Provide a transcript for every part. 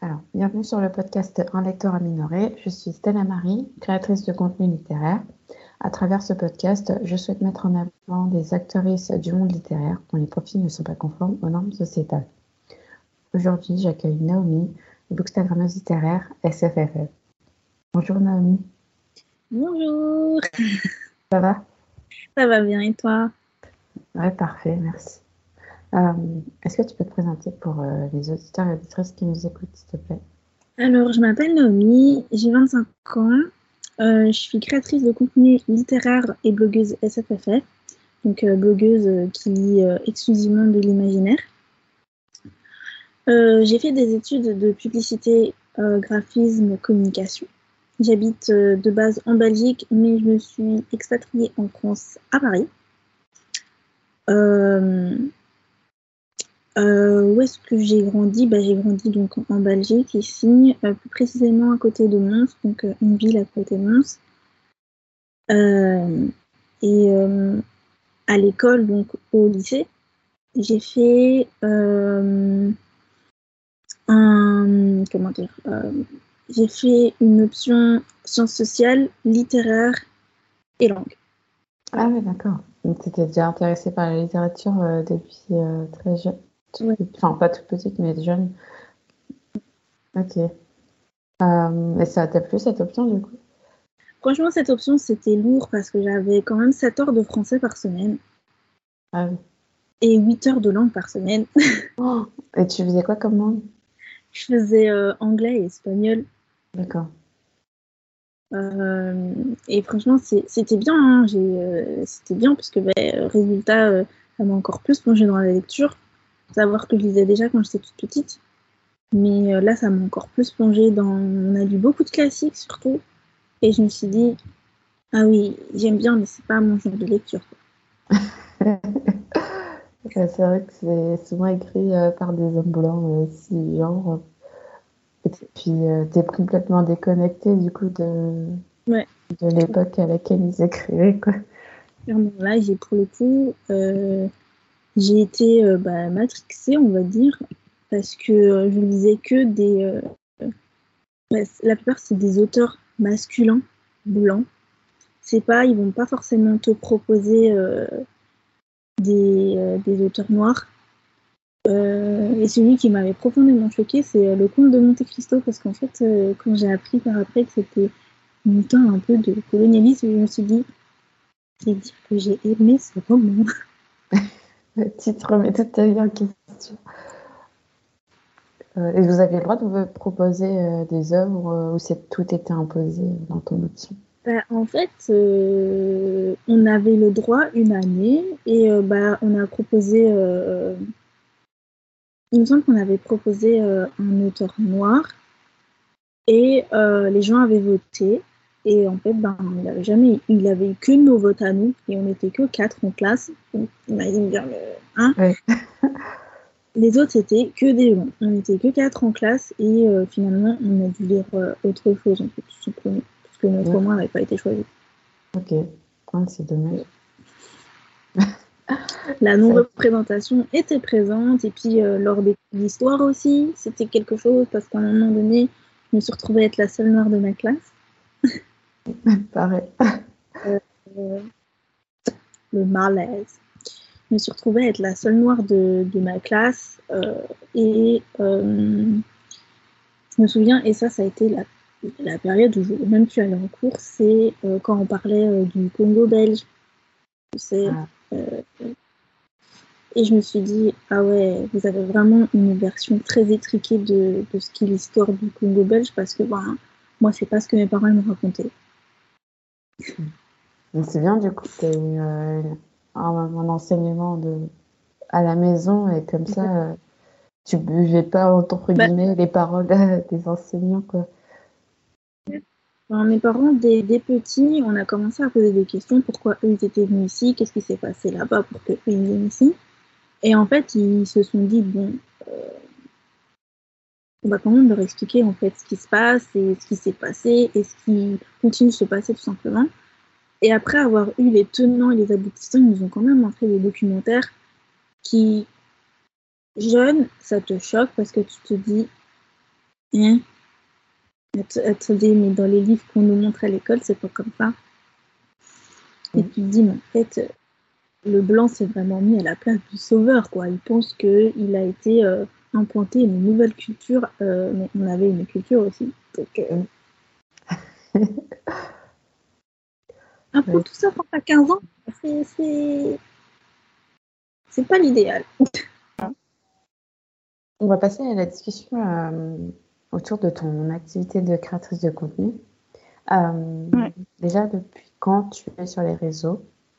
Alors, bienvenue sur le podcast Un lecteur amélioré. Je suis Stella Marie, créatrice de contenu littéraire. À travers ce podcast, je souhaite mettre en avant des actrices du monde littéraire dont les profils ne sont pas conformes aux normes sociétales. Aujourd'hui, j'accueille Naomi, bookstagrammeuse littéraire SFFF. Bonjour Naomi. Bonjour, Ça va? ça va bien et toi? Ouais, parfait, merci. Est-ce que tu peux te présenter pour les auditeurs et auditrices qui nous écoutent, s'il te plaît? Alors, je m'appelle Naomi, j'ai 25 ans, je suis créatrice de contenu littéraire et blogueuse SFFF, donc blogueuse qui lit exclusivement de l'imaginaire. J'ai fait des études de publicité, graphisme, communication. J'habite de base en Belgique, mais je me suis expatriée en France, à Paris. Où est-ce que j'ai grandi? J'ai grandi donc en Belgique, ici, plus précisément à côté de Mons, donc une ville à côté de Mons. Et à l'école, donc au lycée, j'ai fait j'ai fait une option sciences sociales, littéraire et langue. Ah oui, d'accord. Donc, tu étais déjà intéressée par la littérature depuis très jeune. Ouais. Enfin, pas toute petite, mais jeune. Ok. Et ça t'a plu cette option du coup? Franchement, cette option, c'était lourd parce que j'avais quand même 7 heures de français par semaine Ah oui. et 8 heures de langue par semaine. Oh, et tu faisais quoi comme langue? Je faisais anglais et espagnol. D'accord. Et franchement, c'était bien. Hein. C'était bien parce que, résultat, ça m'a encore plus plongée dans la lecture. Savoir que je lisais déjà quand j'étais toute petite. Mais là, ça m'a encore plus plongée dans... On a lu beaucoup de classiques, surtout. Et je me suis dit, ah oui, j'aime bien, mais c'est pas mon genre de lecture. C'est vrai que c'est souvent écrit par des hommes blancs cisgenres. Et puis, t'es complètement déconnecté du coup Ouais, de l'époque à laquelle ils écrivaient, quoi. clairement. Là, pour le coup, j'ai été matrixée, on va dire, parce que je lisais que des... la plupart, c'est des auteurs masculins, blancs. Ils vont pas forcément te proposer des auteurs noirs. Et celui qui m'avait profondément choqué, c'est le Comte de Monte-Cristo, parce qu'en fait, quand j'ai appris par après que c'était une histoire un peu de colonialisme, je me suis dit, c'est dire que j'ai aimé ce roman. Tu te remets toute ta vie en question. Et vous aviez le droit de vous proposer des œuvres où tout était imposé dans ton option? En fait, on avait le droit une année et on a proposé, il me semble qu'on avait proposé un auteur noir et les gens avaient voté. Et en fait, il avait eu que nos votes à nous et on n'était que 4 en classe. Donc, imagine bien Ouais. Les autres, c'était que des blancs. On n'était que 4 en classe et finalement, on a dû lire autre chose, en fait, tout simplement, parce que notre roman n'avait pas été choisi. Ok. Ah, c'est dommage. La non-représentation était présente et puis lors des l'histoire aussi, c'était quelque chose parce qu'à un moment donné, je me suis retrouvée à être la seule noire de ma classe. Pareil. Euh, le malaise. Je me suis retrouvée à être la seule noire de ma classe et je me souviens, et ça a été la période où je n'ai même pu aller en cours, c'est quand on parlait du Congo belge. Tu sais, et je me suis dit, ah ouais, vous avez vraiment une version très étriquée de ce qu'est l'histoire du Congo belge, parce que moi, c'est pas ce que mes parents m'ont raconté. Mais c'est bien, du coup, tu as eu un enseignement à la maison et comme ça, tu buvais pas, entre guillemets, les paroles des enseignants, quoi. Mes parents, dès petits, on a commencé à poser des questions. Pourquoi eux, ils étaient venus ici? Qu'est-ce qui s'est passé là-bas pour qu'eux, ils viennent ici? Et en fait, ils se sont dit, bon, on va quand même leur expliquer en fait ce qui se passe et ce qui s'est passé et ce qui continue de se passer tout simplement. Et après avoir eu les tenants et les aboutissants, ils nous ont quand même montré des documentaires qui, jeune, ça te choque parce que tu te dis, Hein. Elle te dit, mais dans les livres qu'on nous montre à l'école, c'est pas comme ça. Et tu te dis, mais en fait, le blanc s'est vraiment mis à la place du sauveur, quoi. Il pense qu'il a été implanté une nouvelle culture, mais on avait une culture aussi. Donc, apprendre tout ça quand t'as 15 ans, c'est pas l'idéal. On va passer à la discussion autour de ton activité de créatrice de contenu. Déjà, depuis quand tu es sur les réseaux?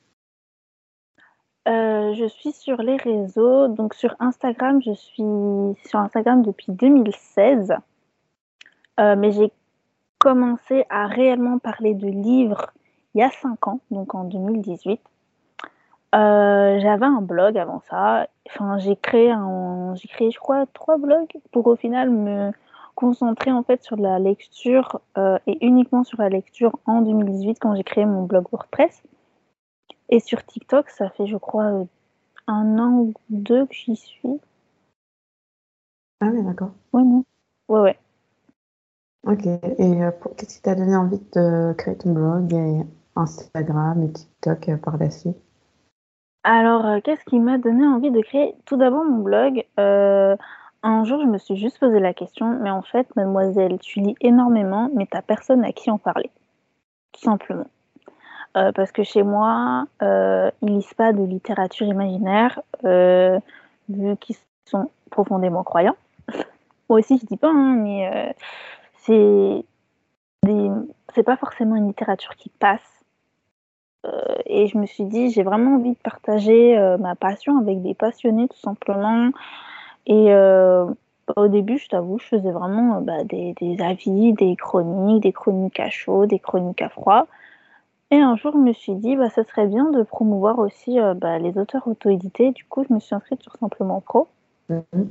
Je suis sur les réseaux, donc sur Instagram, je suis sur Instagram depuis 2016, mais j'ai commencé à réellement parler de livres il y a 5 ans, donc en 2018. J'avais un blog avant ça. Enfin, j'ai créé, je crois, 3 blogs pour au final me concentrer en fait sur la lecture et uniquement sur la lecture en 2018 quand j'ai créé mon blog WordPress. Et sur TikTok, ça fait, je crois, 1 an ou 2 que j'y suis. Ah oui, d'accord. Ouais, non. Ouais. Ok. Et qu'est-ce qui t'a donné envie de créer ton blog et Instagram et TikTok par la suite? Alors, qu'est-ce qui m'a donné envie de créer tout d'abord mon blog? Un jour, je me suis juste posé la question, mais en fait, mademoiselle, tu lis énormément, mais t'as personne à qui en parler, tout simplement. Parce que chez moi, ils lisent pas de littérature imaginaire, vu qu'ils sont profondément croyants. Moi aussi, je dis pas, hein, mais c'est des... c'est pas forcément une littérature qui passe. Et je me suis dit, j'ai vraiment envie de partager ma passion avec des passionnés, tout simplement. Et au début, je t'avoue, je faisais vraiment des avis, des chroniques à chaud, des chroniques à froid. Et un jour, je me suis dit, ça serait bien de promouvoir aussi les auteurs auto-édités. Du coup, je me suis inscrite sur Simplement Pro. Mhm.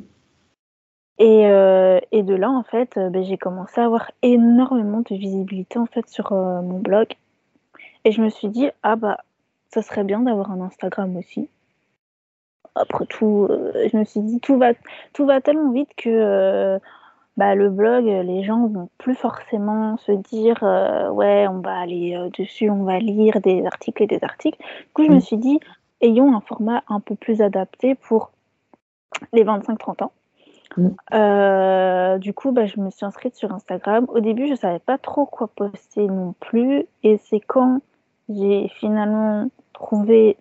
Et de là, en fait, j'ai commencé à avoir énormément de visibilité en fait sur mon blog. Et je me suis dit, ça serait bien d'avoir un Instagram aussi. Après tout, je me suis dit, tout va tellement vite que le blog, les gens vont plus forcément se dire, ouais, on va aller dessus, on va lire des articles et des articles. Du coup, je me suis dit, ayons un format un peu plus adapté pour les 25-30 ans. Du coup, je me suis inscrite sur Instagram. Au début, je savais pas trop quoi poster non plus. Et c'est quand j'ai finalement trouvé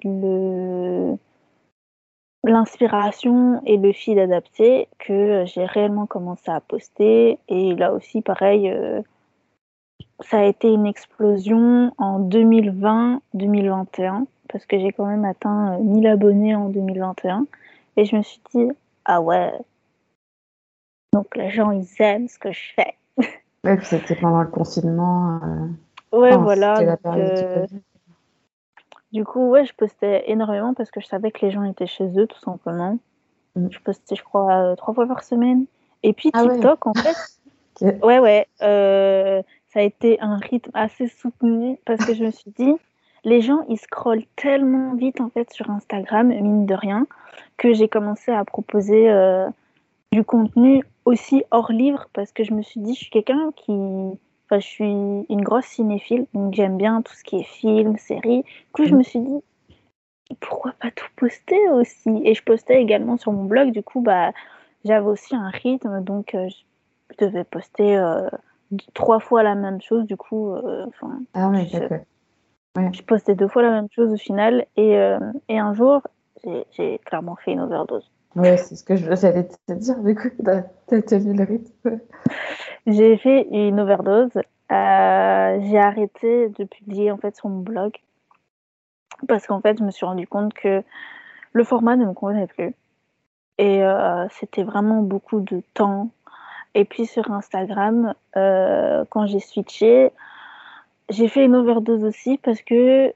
l'inspiration et le feed adapté que j'ai réellement commencé à poster. Et là aussi, pareil, ça a été une explosion en 2020-2021 parce que j'ai quand même atteint 1000 abonnés en 2021. Et je me suis dit, ah ouais, donc les gens, ils aiment ce que je fais. Ouais, puis c'était pendant le confinement. Ouais, Enfin, voilà. c'était la Donc, période du Covid. du coup, ouais, je postais énormément parce que je savais que les gens étaient chez eux, tout simplement. Je postais, je crois, 3 fois par semaine. Et puis Ah ouais. TikTok, en fait, Ok. ouais, ça a été un rythme assez soutenu parce que je me suis dit, les gens, ils scrollent tellement vite, en fait, sur Instagram, mine de rien, que j'ai commencé à proposer du contenu aussi hors livre parce que je me suis dit, je suis quelqu'un qui... Enfin, je suis une grosse cinéphile, donc j'aime bien tout ce qui est film, série. Du coup, je me suis dit, pourquoi pas tout poster aussi? Et je postais également sur mon blog, du coup, j'avais aussi un rythme, donc je devais poster 3 fois la même chose, du coup, Ah oui, d'accord. Ouais. je postais 2 fois la même chose au final, et un jour, j'ai clairement fait une overdose. Ouais, c'est ce que j'allais te dire, du coup, t'as tenu le rythme. J'ai fait une overdose, j'ai arrêté de publier en fait sur mon blog, parce qu'en fait, je me suis rendu compte que le format ne me convenait plus, et c'était vraiment beaucoup de temps. Et puis sur Instagram, quand j'ai switché, j'ai fait une overdose aussi parce que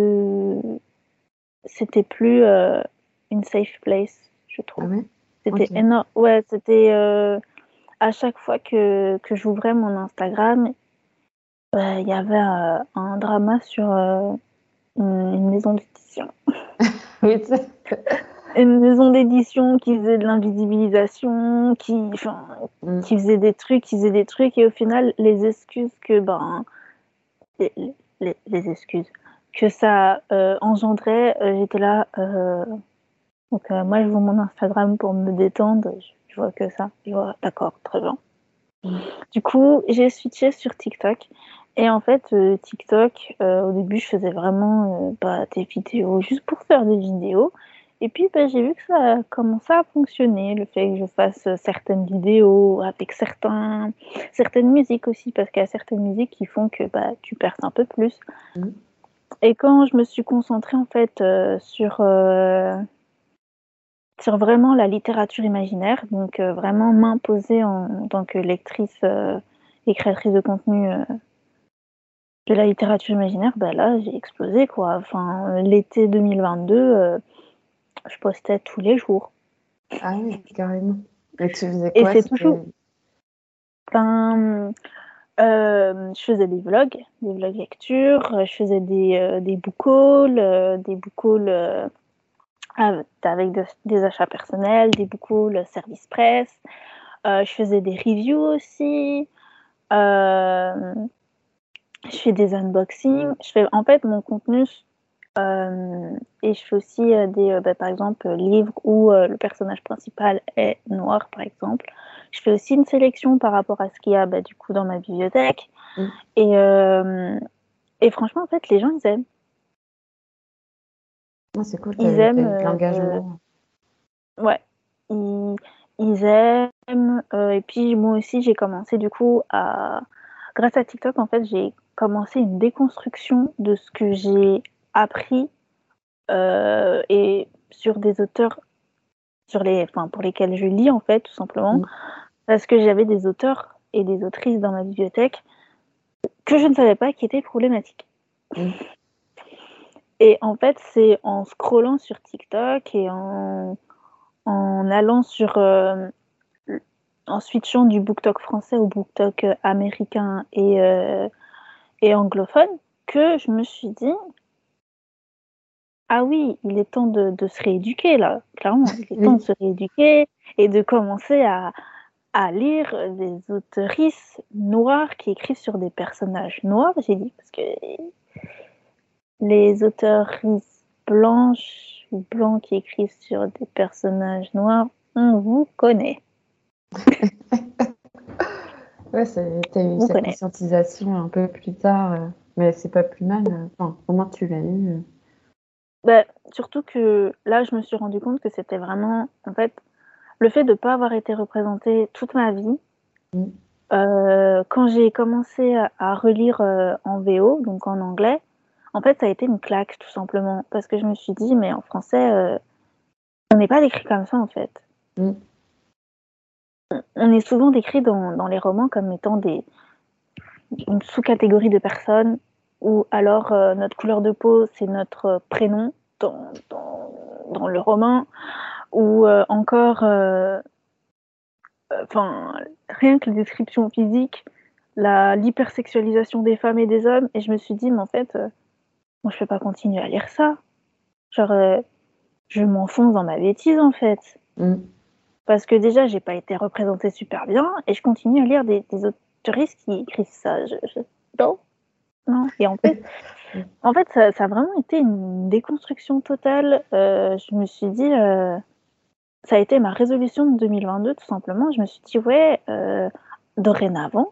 c'était plus une safe place, je Ah trouve. ouais? C'était Ok. énorme. Ouais, c'était à chaque fois que j'ouvrais mon Instagram, il y avait un drama sur une maison d'édition. Oui, une maison d'édition qui faisait de l'invisibilisation, qui faisait des trucs, et au final, les excuses que, les excuses que ça engendrait, j'étais là. Donc, moi, je vois mon Instagram pour me détendre, je vois que ça. Je vois, d'accord, très bien. Du coup, j'ai switché sur TikTok. Et en fait, TikTok, au début, je faisais vraiment des vidéos juste pour faire des vidéos. Et puis, j'ai vu que ça commençait à fonctionner, le fait que je fasse certaines vidéos avec certaines musiques aussi, parce qu'il y a certaines musiques qui font que tu perces un peu plus. Et quand je me suis concentrée, en fait, sur vraiment la littérature imaginaire, donc vraiment m'imposer en tant que lectrice et créatrice de contenu de la littérature imaginaire, là, j'ai explosé, quoi. Enfin, l'été 2022, je postais tous les jours. Ah oui, carrément. Et tu faisais Et quoi? c'est toujours... je faisais des vlogs lecture, je faisais des book hauls, avec des achats personnels, des book hauls service presse. Je faisais des reviews aussi. Je fais des unboxings. Je fais en fait mon contenu et je fais aussi par exemple, livres où le personnage principal est noir, par exemple. Je fais aussi une sélection par rapport à ce qu'il y a du coup dans ma bibliothèque. Et franchement, en fait, les gens, ils aiment. C'est cool, Ils t'as eu aiment. de l'engagement. Ouais. Ils aiment. Et puis, moi aussi, j'ai commencé du coup à... Grâce à TikTok, en fait, j'ai commencé une déconstruction de ce que j'ai appris et sur des auteurs pour lesquels je lis, en fait, tout simplement, parce que j'avais des auteurs et des autrices dans ma bibliothèque que je ne savais pas qui étaient problématiques. Et en fait, c'est en scrollant sur TikTok et en allant en switchant du BookTok français au BookTok américain et anglophone, que je me suis dit, ah oui, il est temps de se rééduquer, là, clairement. Il est temps de se rééduquer et de commencer à lire des autrices noires qui écrivent sur des personnages noirs, j'ai dit, parce que les autrices blanches ou blancs qui écrivent sur des personnages noirs, on vous connaît. Ouais, t'as eu cette conscientisation un peu plus tard, mais c'est pas plus mal. Enfin, au moins tu l'as eu. Surtout que là, je me suis rendu compte que c'était vraiment, en fait, le fait de ne pas avoir été représentée toute ma vie. Quand j'ai commencé à relire en VO, donc en anglais, en fait, ça a été une claque, tout simplement. Parce que je me suis dit, mais en français, on n'est pas décrit comme ça, en fait. On est souvent décrit dans les romans comme étant une sous-catégorie de personnes, ou alors notre couleur de peau, c'est notre prénom dans le roman, ou encore, rien que les descriptions physiques, l'hypersexualisation des femmes et des hommes, et je me suis dit, mais en fait, moi, je peux pas continuer à lire ça. Genre, je m'enfonce dans ma bêtise, en fait. Parce que déjà, j'ai pas été représentée super bien, et je continue à lire des autoristes qui écrivent ça. Non. Et en fait, ça a vraiment été une déconstruction totale. Je me suis dit, ça a été ma résolution de 2022, tout simplement. Je me suis dit, ouais, dorénavant,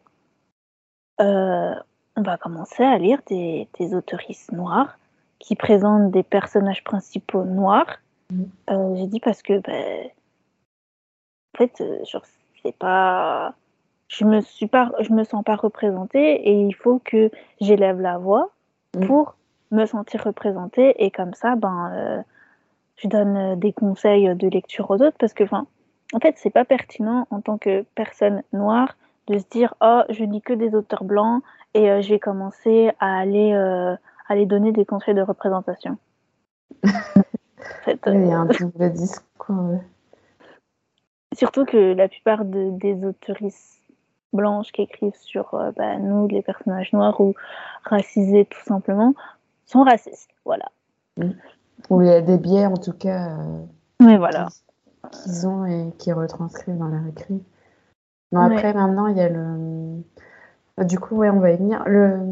on va commencer à lire des autoristes noirs qui présentent des personnages principaux noirs. J'ai dit parce que, en fait, c'est pas... Je me sens pas représentée et il faut que j'élève la voix pour me sentir représentée, et comme ça, je donne des conseils de lecture aux autres, parce que, en fait, c'est pas pertinent en tant que personne noire de se dire, oh, je lis que des auteurs blancs et je vais commencer à aller donner des conseils de représentation. Il y a un double discours. Surtout que la plupart des autrices blanches qui écrivent sur nous, les personnages noirs, ou racisés tout simplement, sont racistes, voilà. Ou il y a des biais, en tout cas. Mais voilà. qu'ils ont et qu'ils retranscrivent dans leur écrit. Bon, Ouais. après, maintenant, il y a du coup, ouais, on va y venir.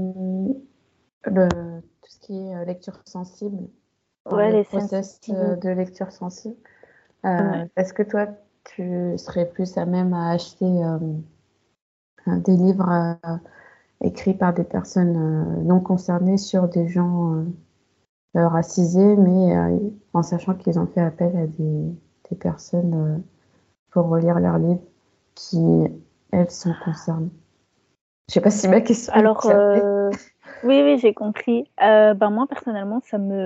Tout ce qui est lecture sensible, Ouais, le les process sensitivités. de lecture sensible. Ouais. Est-ce que toi, tu serais plus à même à acheter des livres écrits par des personnes non concernées sur des gens racisés, mais en sachant qu'ils ont fait appel à des personnes pour relire leurs livres qui, elles, sont concernées? Je sais pas si ma question est Alors, claire. oui, j'ai compris. Moi, personnellement,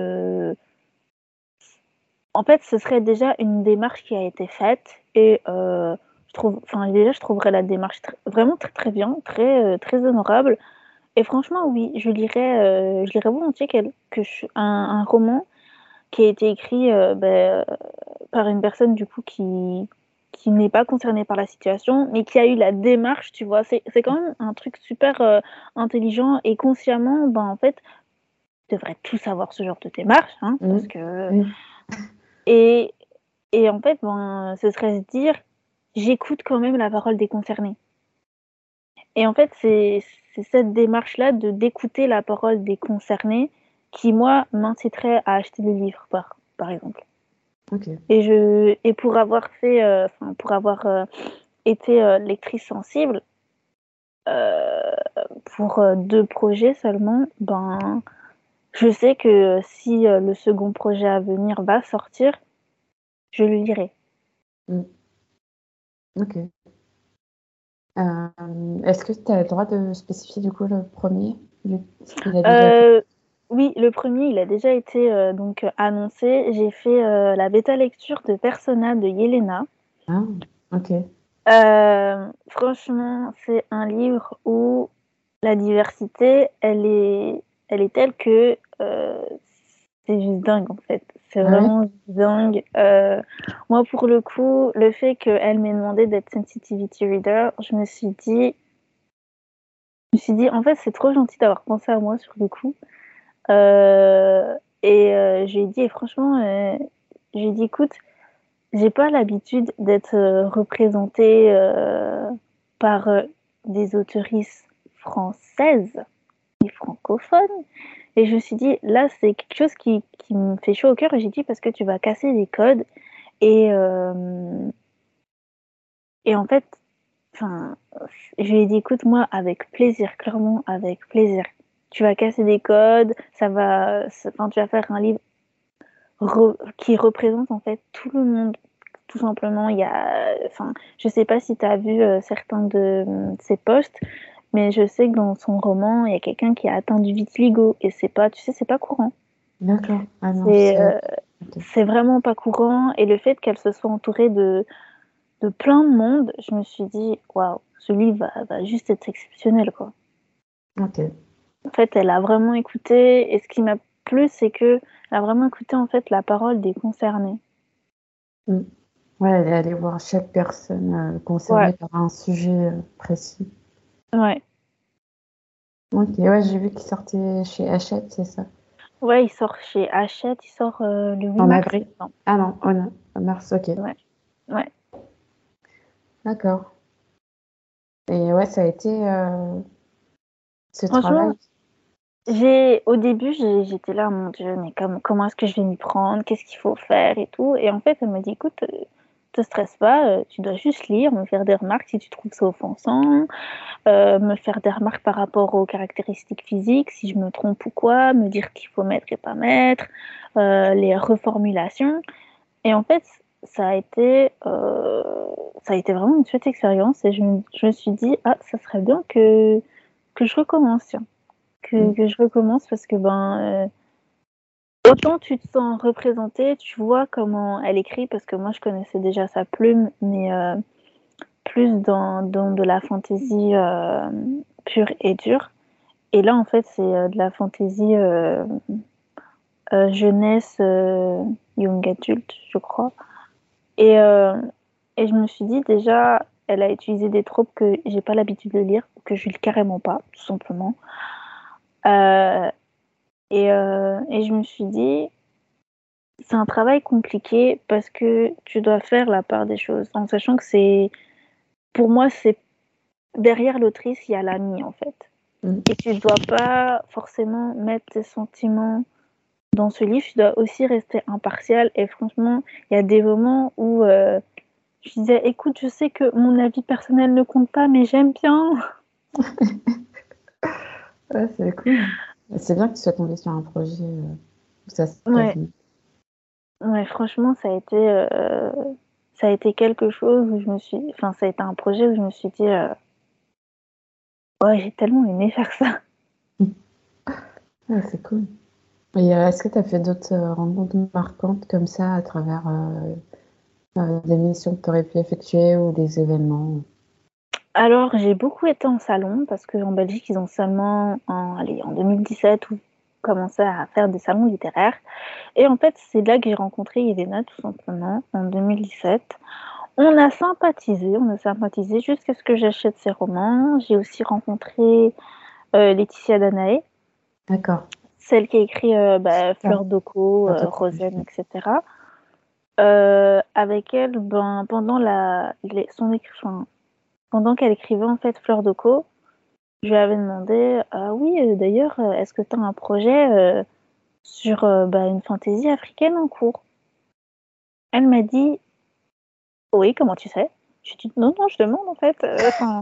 en fait, ce serait déjà une démarche qui a été faite et je trouverais la démarche vraiment très très bien, très honorable. Et franchement, oui, je lirais volontiers un roman qui a été écrit par une personne du coup qui n'est pas concernée par la situation, mais qui a eu la démarche, tu vois. C'est quand même un truc super intelligent et consciemment, en fait, tu devrais tous avoir ce genre de démarche, hein, parce Oui, que oui, et et en fait, ce serait se dire, j'écoute quand même la parole des concernés. Et en fait, c'est cette démarche-là d'écouter la parole des concernés qui, moi, m'inciterait à acheter des livres, par exemple. ok. Et pour avoir été lectrice sensible, euh, pour 2 projets seulement, je sais que si le second projet à venir va sortir, je le lirai. Mm, ok. Est-ce que tu as le droit de spécifier du coup le premier, vu qu'il a déjà été... Euh, oui, le premier, il a déjà été annoncé. J'ai fait la bêta lecture de Persona de Yelena. Ah, ok. Franchement, c'est un livre où la diversité, elle est telle que c'est juste dingue en fait. C'est Ah ouais? vraiment juste dingue. Moi, pour le coup, le fait qu'elle m'ait demandé d'être sensitivity reader, je me suis dit, en fait, c'est trop gentil d'avoir pensé à moi sur le coup. Je lui ai dit, et franchement, j'ai dit, écoute, j'ai pas l'habitude d'être représentée par des auteurices françaises et francophones. Et je me suis dit, là, c'est quelque chose qui me fait chaud au cœur. Et j'ai dit, parce que tu vas casser des codes. Et, euh, et en fait, enfin, je lui ai dit, écoute, moi, avec plaisir, clairement, avec plaisir. Tu vas casser des codes, tu vas faire un livre qui représente en fait tout le monde. Tout simplement, je sais pas si tu as vu certains de ses posts, mais je sais que dans son roman, il y a quelqu'un qui a atteint du vitiligo et c'est pas courant. D'accord. Ah non, je C'est, sais. euh, Ok. c'est vraiment pas courant et le fait qu'elle se soit entourée de plein de monde, je me suis dit, waouh, ce livre va juste être exceptionnel, quoi. Ok. En fait, elle a vraiment écouté et ce qui m'a plu, c'est que elle a vraiment écouté en fait la parole des concernés. Mm. Ouais, elle est allée voir chaque personne Ouais, concernée par un sujet précis. ouais. Ok, ouais, j'ai vu qu'il sortait chez Hachette, c'est ça? Ouais, il sort chez Hachette, il sort le 8 En mars. avril? Non. Ah non, oh non, en mars, ok. Ouais, ouais. D'accord. Et ouais, ça a été ce Franchement, travail. au début, j'étais là, mon Dieu, mais comment est-ce que je vais m'y prendre? Qu'est-ce qu'il faut faire et tout. Et en fait, elle m'a dit, écoute, te stresse pas, tu dois juste lire, me faire des remarques si tu trouves ça offensant, me faire des remarques par rapport aux caractéristiques physiques, si je me trompe ou quoi, me dire qu'il faut mettre et pas mettre, les reformulations. Et en fait, ça a été, euh, ça a été vraiment une chouette expérience et je me suis dit, ah, ça serait bien que je recommence, tiens. Mm. Que je recommence parce que autant tu te sens représentée, tu vois comment elle écrit, parce que moi je connaissais déjà sa plume, mais plus dans de la fantaisie pure et dure. Et là, en fait, c'est de la fantaisie jeunesse, young adulte, je crois. Et, euh, et je me suis dit, déjà, elle a utilisé des tropes que j'ai pas l'habitude de lire, que je lis carrément pas, tout simplement. Euh, et je me suis dit, c'est un travail compliqué parce que tu dois faire la part des choses, en sachant que pour moi, c'est derrière l'autrice, il y a l'ami en fait. Et tu ne dois pas forcément mettre tes sentiments dans ce livre, tu dois aussi rester impartial. Et franchement, il y a des moments où je disais, écoute, je sais que mon avis personnel ne compte pas, mais j'aime bien. Ouais, c'est cool. C'est bien que tu sois tombée sur un projet où ça se passe Ouais, bien. ouais, franchement, ça a été quelque chose où enfin, ça a été un projet où je me suis dit, ouais, j'ai tellement aimé faire ça. Ouais, c'est cool. Et est-ce que tu as fait d'autres rencontres marquantes comme ça à travers des missions que tu aurais pu effectuer ou des événements? Alors, j'ai beaucoup été en salon parce qu'en Belgique, ils ont seulement, en 2017, où commencé à faire des salons littéraires. Et en fait, c'est là que j'ai rencontré Yelena, tout simplement, en 2017. On a sympathisé jusqu'à ce que j'achète ses romans. J'ai aussi rencontré Laetitia Danaé, D'accord. celle qui a écrit Ah, Fleur d'Oco, pas trop Rosen, connu. etc. Avec elle, pendant enfin, pendant qu'elle écrivait en fait Fleur d'Oco, je lui avais demandé, ah oui, d'ailleurs, est-ce que tu as un projet sur une fantaisie africaine en cours? Elle m'a dit, oui, comment tu sais? Je lui ai dit, non, non, je demande en fait. Enfin,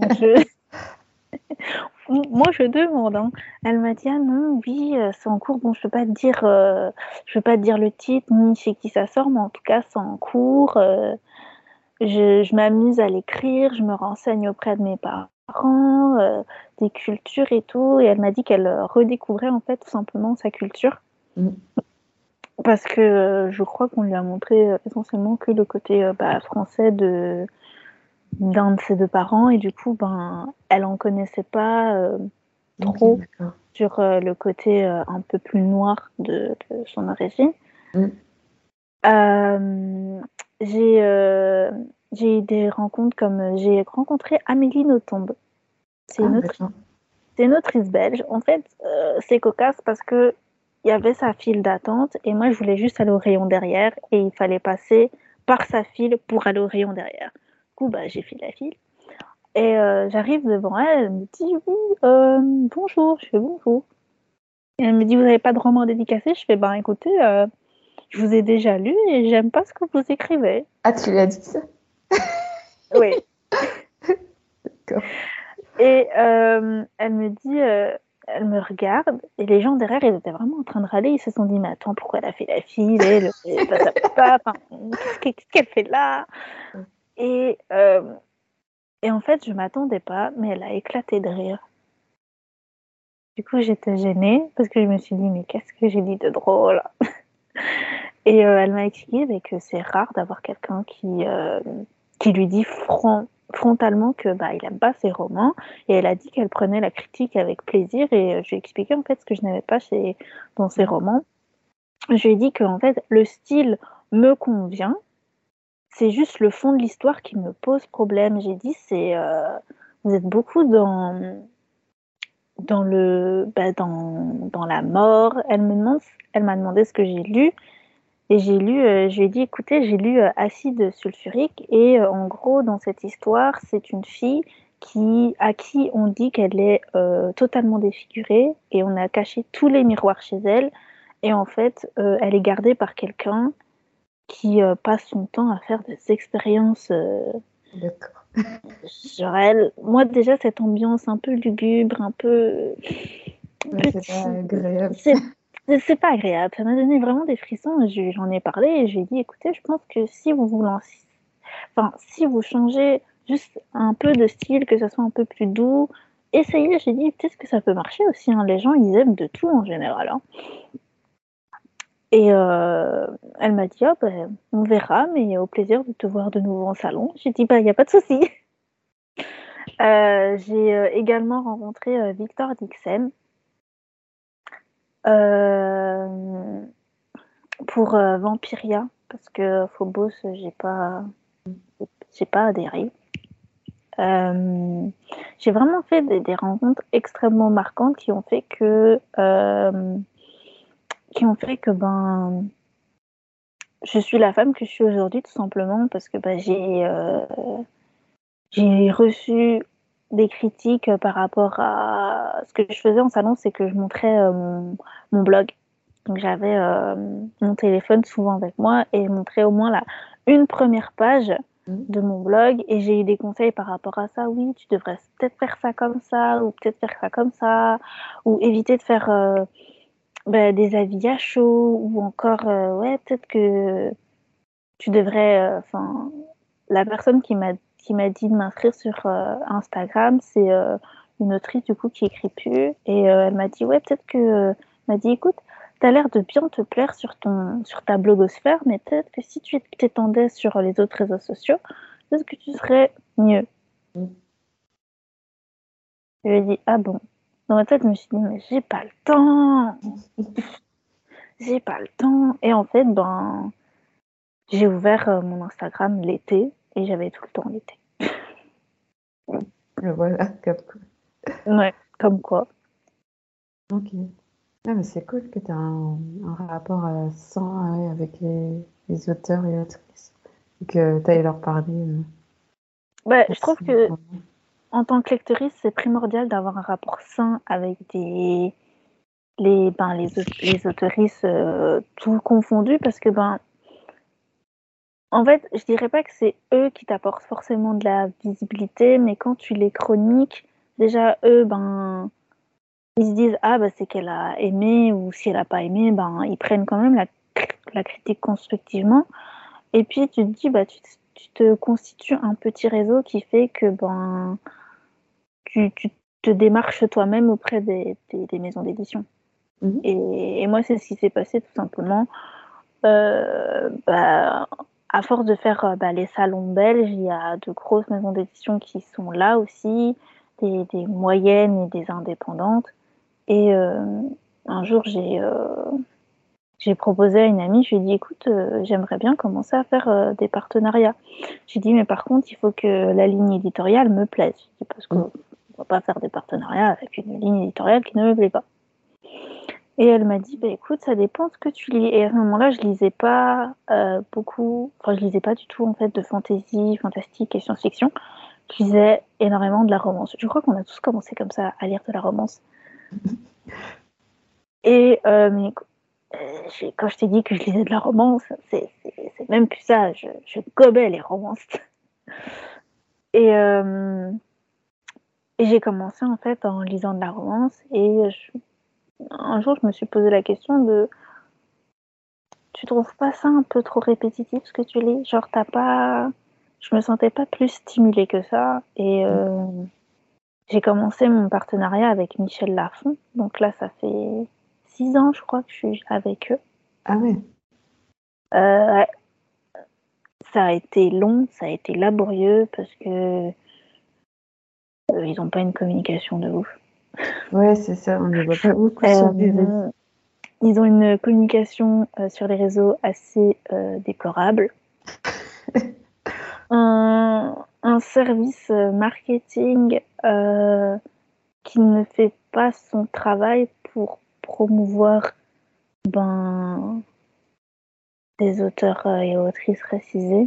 moi, je demande. Hein. Elle m'a dit, ah non, oui, c'est en cours. Bon, je peux pas te dire le titre ni chez qui ça sort, mais en tout cas, c'est en cours. Je m'amuse à l'écrire, je me renseigne auprès de mes parents, des cultures et tout. Et elle m'a dit qu'elle redécouvrait en fait tout simplement sa culture. Mm. Parce que je crois qu'on lui a montré essentiellement que le côté français d'un de ses deux parents. Et du coup, elle en connaissait pas Ok, trop d'accord. sur le côté un peu plus noir de son origine. Mm. Euh, j'ai euh, j'ai eu des rencontres comme j'ai rencontré Amélie Nothomb. C'est Ah, une autrice, d'accord. c'est une autrice belge. En fait, c'est cocasse parce que il y avait sa file d'attente et moi je voulais juste aller au rayon derrière et il fallait passer par sa file pour aller au rayon derrière. Du coup, j'ai fait la file et j'arrive devant elle. Elle me dit oui, bonjour. Je fais bonjour. Et elle me dit vous n'avez pas de roman dédicacé? Je fais écoutez, je vous ai déjà lu et j'aime pas ce que vous écrivez. Ah, tu lui as dit ça? Oui. D'accord. Et elle me regarde, et les gens derrière, ils étaient vraiment en train de râler. Ils se sont dit, mais attends, pourquoi elle a fait la file? Enfin, qu'est-ce qu'elle fait là? Et, euh, et en fait, je m'attendais pas, mais elle a éclaté de rire. Du coup, j'étais gênée parce que je me suis dit, mais qu'est-ce que j'ai dit de drôle? Et elle m'a expliqué que c'est rare d'avoir quelqu'un qui lui dit frontalement que il aime pas ses romans. Et elle a dit qu'elle prenait la critique avec plaisir. Et je lui ai expliqué en fait ce que je n'aimais pas dans ses Mm. romans. Je lui ai dit que en fait le style me convient. C'est juste le fond de l'histoire qui me pose problème. J'ai dit vous êtes beaucoup dans la mort. Elle m'a demandé ce que j'ai lu. Et je lui ai dit, écoutez, j'ai lu Acide sulfurique et en gros, dans cette histoire, c'est une fille à qui on dit qu'elle est totalement défigurée et on a caché tous les miroirs chez elle. Et en fait, elle est gardée par quelqu'un qui passe son temps à faire des expériences D'accord. sur elle. Moi, déjà, cette ambiance un peu lugubre, un peu Ouais, c'est pas petit, agréable. c'est c'est pas agréable. Ça m'a donné vraiment des frissons. J'en ai parlé et j'ai dit, écoutez, je pense que si vous vous lancez, enfin, si vous changez juste un peu de style, que ce soit un peu plus doux, essayez. J'ai dit, peut-être que ça peut marcher aussi. Hein. Les gens, ils aiment de tout en général. Hein. Et elle m'a dit, oh, on verra, mais au plaisir de te voir de nouveau en salon. J'ai dit, il n'y a pas de souci. J'ai également rencontré Victor Dixon. Euh, pour Vampiria, parce que Phobos, j'ai pas adhéré. Euh, j'ai vraiment fait des rencontres extrêmement marquantes qui ont fait que je suis la femme que je suis aujourd'hui, tout simplement, parce que j'ai reçu des critiques par rapport à ce que je faisais en salon, c'est que je montrais mon blog. Donc j'avais mon téléphone souvent avec moi et je montrais au moins une première page de mon blog et j'ai eu des conseils par rapport à ça. Oui, tu devrais peut-être faire ça comme ça ou peut-être faire ça comme ça ou éviter de faire des avis à chaud ou encore ouais, peut-être que tu devrais la personne qui m'a dit de m'inscrire sur Instagram, c'est une autrice du coup qui écrit plus et elle m'a dit ouais, peut-être que m'a dit écoute, t'as l'air de bien te plaire sur ta blogosphère, mais peut-être que si tu t'étendais sur les autres réseaux sociaux, peut-être que tu serais mieux. Je lui ai dit ah bon. Dans ma tête, je me suis dit mais j'ai pas le temps. J'ai pas le temps. Et en fait, j'ai ouvert mon Instagram l'été et j'avais tout le temps l'été. Voilà, comme quoi. Ouais, comme quoi. Ok. Ah, mais c'est cool que tu as un rapport sain avec les auteurs et autrices. Et que tu ailles leur parler. Je trouve que en tant que lectrice, c'est primordial d'avoir un rapport sain avec les autrices tout confondus parce que en fait, je dirais pas que c'est eux qui t'apportent forcément de la visibilité, mais quand tu les chroniques, déjà eux, ils se disent ah c'est qu'elle a aimé ou si elle a pas aimé, ils prennent quand même la critique constructivement. Et puis tu te dis tu te constitues un petit réseau qui fait que tu te démarches toi-même auprès des maisons d'édition. Mhm. Et moi c'est ce qui s'est passé tout simplement. À force de faire les salons belges, il y a de grosses maisons d'édition qui sont là aussi, des moyennes et des indépendantes. Et un jour, j'ai proposé à une amie, je lui ai dit, écoute, j'aimerais bien commencer à faire des partenariats. J'ai dit, mais par contre, il faut que la ligne éditoriale me plaise. J'ai dit, parce qu'on ne va pas faire des partenariats avec une ligne éditoriale qui ne me plaît pas. Et elle m'a dit, écoute, ça dépend de ce que tu lis. Et à ce moment-là, je lisais pas beaucoup, enfin, je lisais pas du tout en fait de fantasy, fantastique et science-fiction. Je lisais énormément de la romance. Je crois qu'on a tous commencé comme ça à lire de la romance. Et quand je t'ai dit que je lisais de la romance, c'est même plus ça. Je gobais les romances. Et, et j'ai commencé en fait en lisant de la romance. Et un jour, je me suis posé la question de tu trouves pas ça un peu trop répétitif ce que tu lis? Genre, je me sentais pas plus stimulée que ça. Et j'ai commencé mon partenariat avec Michel Lafon. Donc là, ça fait 6 ans, je crois, que je suis avec eux. Ah ouais. Ouais. Ça a été long, ça a été laborieux parce que ils n'ont pas une communication de ouf. Ouais, c'est ça, on ne les voit pas beaucoup sur les réseaux. Ils ont une communication sur les réseaux assez déplorable. Un service marketing qui ne fait pas son travail pour promouvoir des auteurs et autrices racisés.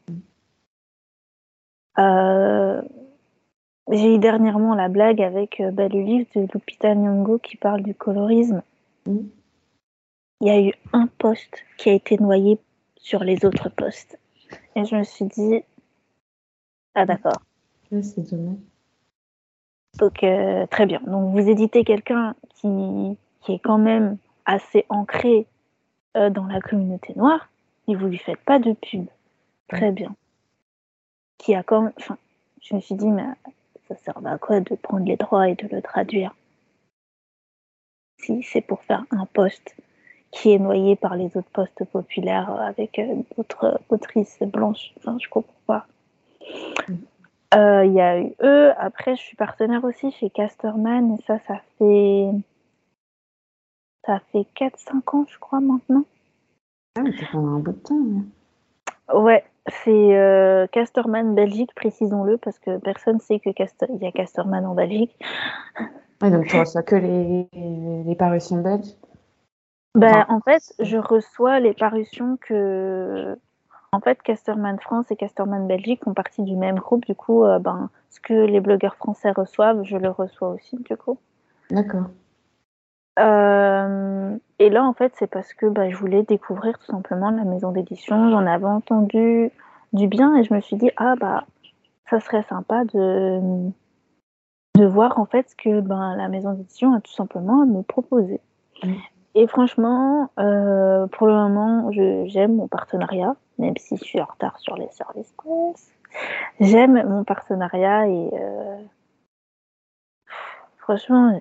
J'ai eu dernièrement la blague avec le livre de Lupita Nyong'o qui parle du colorisme. Il y a eu un post qui a été noyé sur les autres posts. Et je me suis dit, ah d'accord. Ouais, c'est dommage. Donc très bien. Donc vous éditez quelqu'un qui est quand même assez ancré dans la communauté noire et vous lui faites pas de pub. Très bien. Qui a quand même... Enfin, je me suis dit, mais ça sert à quoi de prendre les droits et de le traduire si c'est pour faire un post qui est noyé par les autres posts populaires avec d'autres autrices blanches. Enfin, je comprends pas. Il y a eu eux. Après, je suis partenaire aussi chez Casterman et ça fait 4-5 ans, je crois, maintenant. Ah, mais ça fait un bout de temps. Ouais, c'est Casterman Belgique, précisons-le, parce que personne ne sait qu'il y a Casterman en Belgique. Ouais, donc tu reçois que les parutions belges? Ben, Enfin, en fait, je reçois les parutions que... En fait, Casterman France et Casterman Belgique font partie du même groupe. Du coup, ce que les blogueurs français reçoivent, je le reçois aussi, du coup. d'accord. Et là, en fait, c'est parce que je voulais découvrir tout simplement la maison d'édition. J'en avais entendu du bien et je me suis dit, ça serait sympa de voir en fait ce que la maison d'édition a tout simplement à me proposer. Mm. Et franchement, pour le moment, j'aime mon partenariat, même si je suis en retard sur les services presse. J'aime mon partenariat et franchement,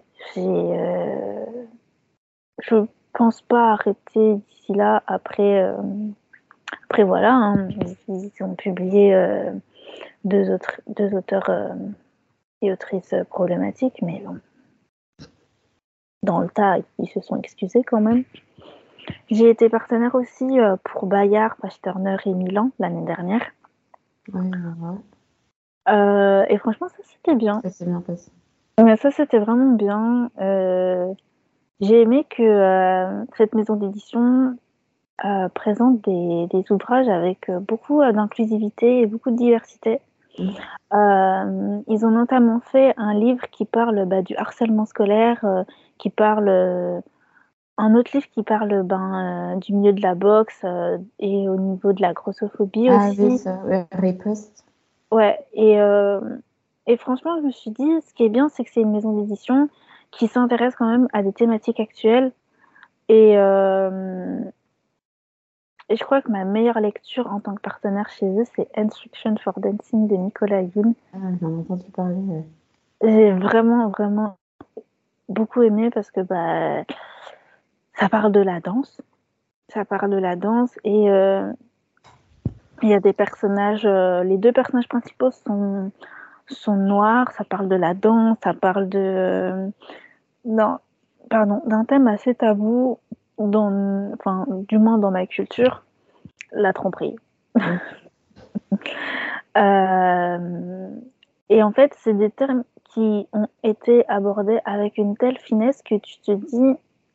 je pense pas arrêter d'ici là. Après voilà, hein, ils ont publié deux auteurs et autrices problématiques, mais bon, dans le tas, ils se sont excusés quand même. J'ai été partenaire aussi pour Bayard, Page Turner et Milan l'année dernière. Ouais, ouais. Et franchement, ça c'était bien. Ça s'est bien passé. Mais ça c'était vraiment bien. J'ai aimé que cette maison d'édition présente des ouvrages avec beaucoup d'inclusivité et beaucoup de diversité. Mm. Ils ont notamment fait un livre qui parle du harcèlement scolaire, qui parle un autre livre qui parle du milieu de la boxe et au niveau de la grossophobie Ah oui, aussi. ça, ouais, Riposte. Ouais, et franchement, je me suis dit, ce qui est bien, c'est que c'est une maison d'édition qui s'intéresse quand même à des thématiques actuelles. Et, euh, et je crois que ma meilleure lecture en tant que partenaire chez eux, c'est Instruction for Dancing de Nicolas Youn. Ah, j'en ai entendu parler. Ouais. J'ai vraiment, vraiment beaucoup aimé parce que ça parle de la danse. Ça parle de la danse et il y a des personnages, les deux personnages principaux sont noirs, ça parle de la danse, ça parle non, d'un thème assez tabou, enfin, du moins dans ma culture, la tromperie. Mm. Euh, et en fait, c'est des termes qui ont été abordés avec une telle finesse que tu te dis,